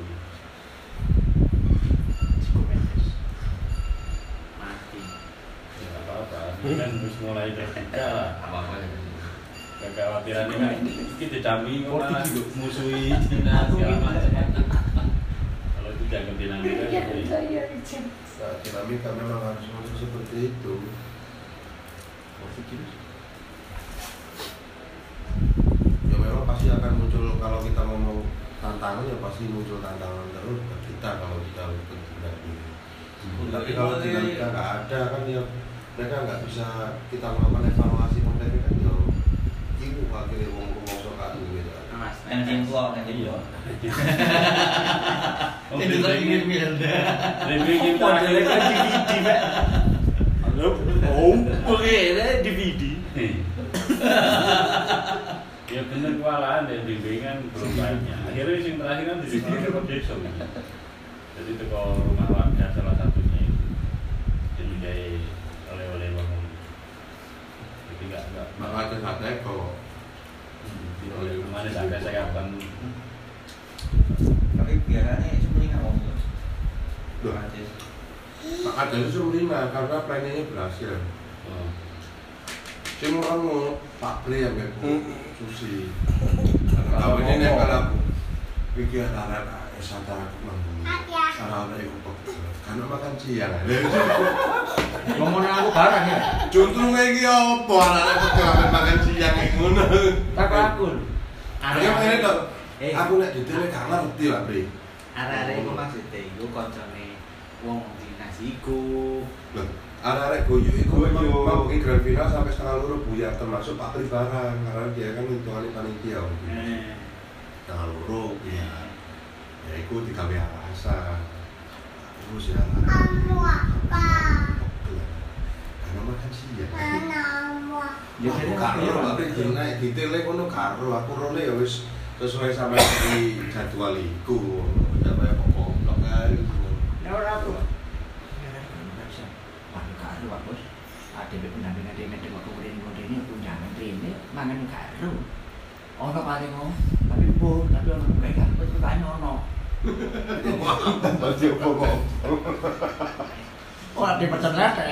Psikometis Mati. ya nggak apa-apa, ini kan harus mulai terbuka lah. Apa-apa ya. Kekhawatiran ini kan kita dami malah musuhi Cina segala macam. Kalau itu jangan dinamika seperti itu. Nah, dinamika memang harus masuk seperti itu. Ya memang pasti akan muncul kalau kita ngomong tantangan ya pasti muncul tantangan terus buat kita kalau kita bertindak ini. Tapi kalau dinamika nggak ada kan ya mereka nggak bisa kita melakukan evaluasi mereka kan ya ibu akhirnya wong wong sok adu gitu. Mas, Yang jengkol, yang jengkol. Oh, Itu kan ingin miranda. Lebih kita modelnya kan D V D, Pak. Halo, Oh, oke, ini D V D. ya bener kewalahan dan bimbingan belum banyak. Akhirnya yang terakhir kan di sini ke desa. Jadi itu ke rumah warga salah satunya itu. Jadi kayak oleh-oleh bangun. Jadi nggak nggak. Maka ada sate kok. Oleh kemana sampai saya kapan? Tapi biarannya sebenarnya nggak mau. Loh. Maka ada suruh lima karena planningnya berhasil. Oh. Cuma kamu Pak Pri yang beku susi. Kalau ini nih kalau pikir anak es antara aku mampu, anak aku pekul. Karena makan siang. Ngomongin aku barang ya. Juntrung lagi apa anak aku pekul makan siang ngono. Tak aku. Arek ngene tok. Aku nek detailnya gak ngerti Pak Pri. Arek-arek iku maksudnya iku koncone wong dinas iku. Loh, arek-arek Goyo itu memang mampuin grand final sampai setengah loro buyar termasuk Pak Pri barang karena dia kan hitungannya panitia gitu. Eh. Setengah loro buyar. Ya itu digawe alasan. Terus ya. Karena makan siang. Ya Aku saya karo karo Pak Pri dene detailnya kono karo aku role ya wis sesuai sama di jadwal iku. Apa ya pokok blok ae gitu. Ya ora aku. Waduh karo Pak Bos. Ade mek pendampingan dhewe nek waktu kuwi ini undangan rene mangan karo. Ono paling ngono, tapi bu, tapi ono kayak kan wis kaya ono. Baju pokok. Oh, ade pecen lete.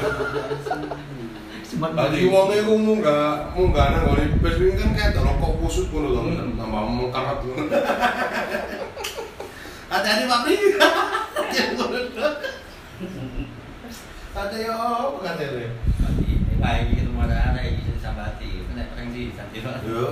Sempat Tadi wong iku munggah munggah nang ngene bus wingi kan kayak rokok kusut ngono to, tambah mengkarat ngono. Hati-hati Pak Pri. Ada yo katene. Baik gitu mau ada ada yang bisa sambati, kena perang di santi lo. Yo.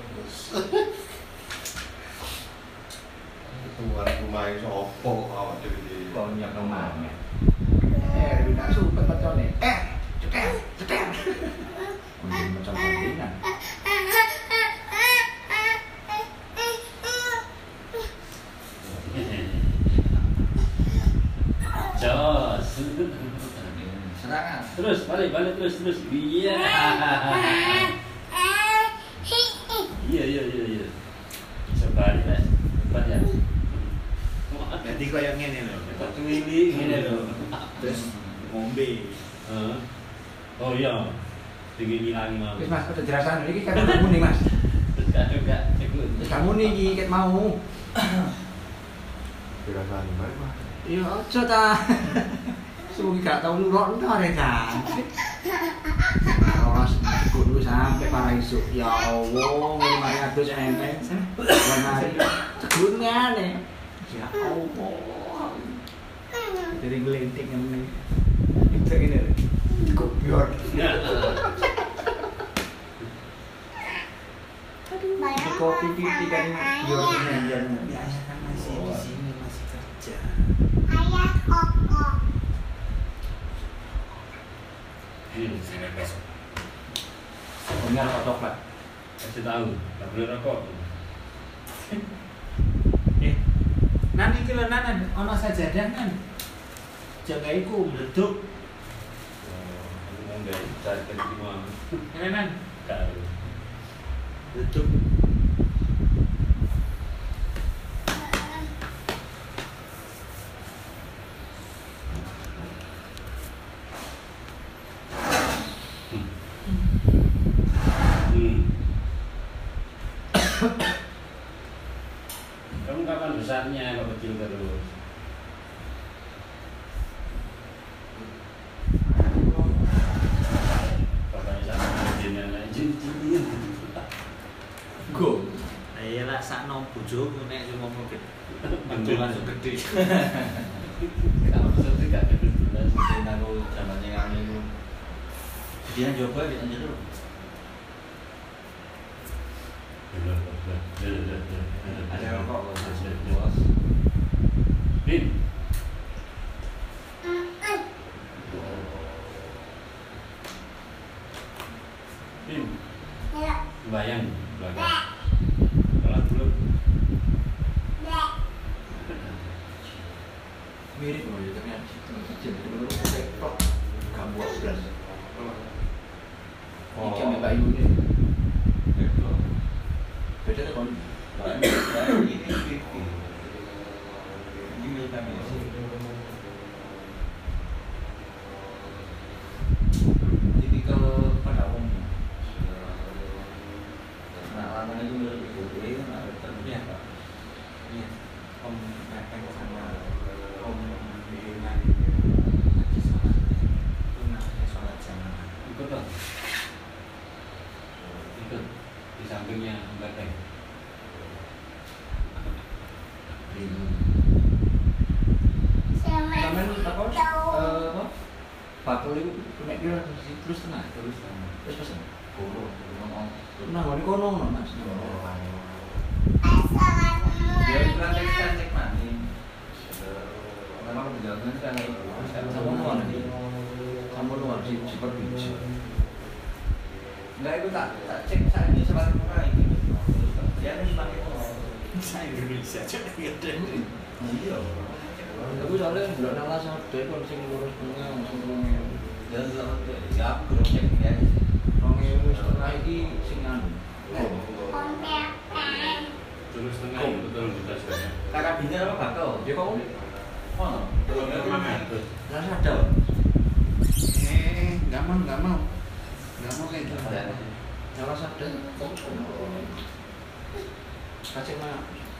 Tuan rumah sopo awak dhewe. banyak rumahnya. Eh, tidak suka betul Eh, cekel, cekel. Mungkin macam kombingan. Jos. Serangan. Terus balik balik terus terus. Iya. Iya iya iya iya. Bisa balik lah. Cepat ya. Jadi kayak ngene lho. Cepat keliling ngene lho. Terus ngombe. Heeh. Oh iya. Tinggi ngilangi mau. Wis Mas, udah jelasan iki kan kamu nih Mas. Enggak enggak. Wis kamu nih iki ket mau. Dirasain bae, Pak. Iya, aja ta. Suwi gak tau nurut entar ya kan. Awas kudu sampai para isuk. Ya Allah, lima ratus enteng. Warnari cegungan nih. Ya Allah. Dari gelentik yang ini. Kayak gini. Kopior. Bayang Kopi sama pipi kan ayah. biar Ya, ayah kan masih di sini, masih kerja. Ayah koko. Hmm, saya besok. Punya rokok coklat. Kasih tahu, nggak boleh rokok. Eh, nan iki lho nan ana sajadah nan. Jaga iku mleduk. Aku mau nggak cari ke semua. Ini nan, Karo. mleduk. Hmm. Kamu kapan besarnya kok kecil terus? Bapaknya sama jenis lain jenis. Go. Ayo lah sakno bojoku nek cuma mungkin. Mantu langsung gede. Kamu seperti gak kebetulan. Mungkin aku zamannya yang itu dia coba dia dulu ada rokok bos. Bin. Bin. Ya. Bayang belakang. Kalau belum. Mirip loh ya, tapi kecil dulu kayak tok gak buat belas. Ini kami Mbak Yu ini. Beda kan? Ini ini ini milik kami sih. Tipikal pada umumnya. Nah, lama itu milik ibu dia, nah terusnya apa? Iya, Om Pepeng sama Om Binan lagi sholat. Itu namanya sholat jamaah. Ikut dong. Ikut di sampingnya Mbak Teng. Kamen apa? Eh, apa? Bakul itu kena kira terus tengah, terus tengah. Terus pesen. Guru, ngomong. Nah, ini kono no Mas. Dia cantik cantik mani. Memang berjalan kan itu. Sama nuan ini. Sama nuan si seperti biji. Enggak itu tak tak cek saya ini sebagai murah ini. Dia ini pakai Saya Indonesia aja nggak ada. iya. Tapi soalnya belum nala sama dia kan sing lurus tengah, sing tengah. Dan sama ya aku belum cek dia. Rong ewu setengah iki sing anu. Terus tengah itu betul kita sebenarnya. Karabinnya apa bakal? Dia kok Mana? Kalau nggak mana itu? rasa ada. Eh, nggak mau, nggak mau, nggak mau kayak gitu. Rasa ada. Kacang mana?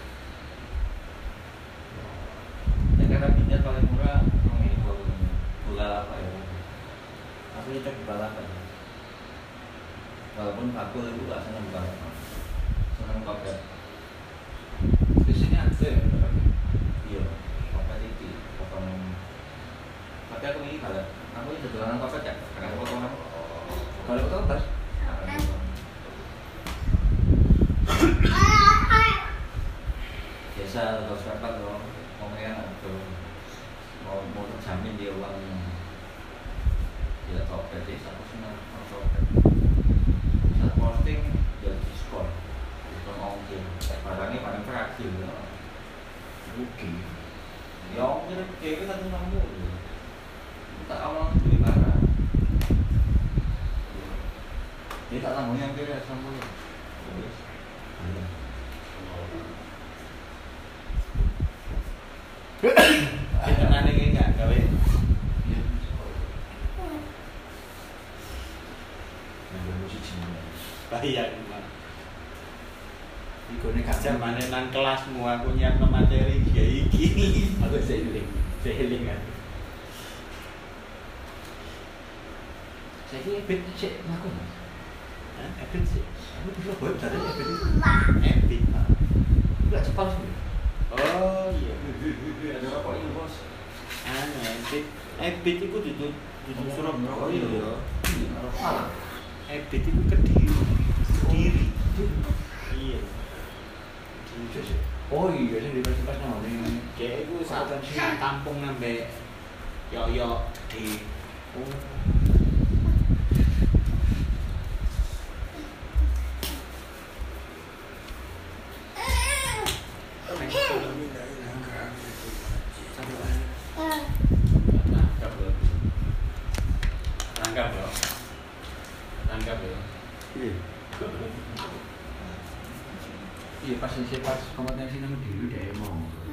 Dan karabinnya paling murah ini bola apa ya? Aku cek di balapan. Walaupun bakul itu gak seneng balapan, seneng kopet. Di sini ada ya. Iya, kopet itu potongan. Tapi aku ini kalau aku ini jualan kopet ya, karena potongan. Kalau kau tas, biasa kalau sepakat loh, ngomongnya atau mau mau terjamin dia uang dia kopet sih, aku senang kopet. Saat posting dia diskon, diskon ongkir. Barangnya paling terakhir ya. rugi. Ya ongkir kayak satu enam puluh. Tak awal beli barang. Dia tak tanggung yang kira enam puluh. Itu nanti kayak nggak gawe. Bayang mah. Ikone kacang. Zamane nang kelasmu aku nyiapno materi ya iki. Aku seiling, seiling kan. Saya kira ebit cek ngaku mas. Hah? Ebit sih. Aku di Surabaya dari ebit itu. Ebit. Enggak cepat sih. Oh iya. Ada rokok ini bos. Anu ebit Ebit itu duduk duduk Surabaya ya. Malang. Ebit itu Kediri. Kediri. Iya. Oh iya sih di pas namanya. Kayak itu saat tampung nambah yo-yo gede. Oh. Tangkap loh. Tangkap loh. Tangkap ya. Iya. Iya pas sih pas kompetensi nang diri demo.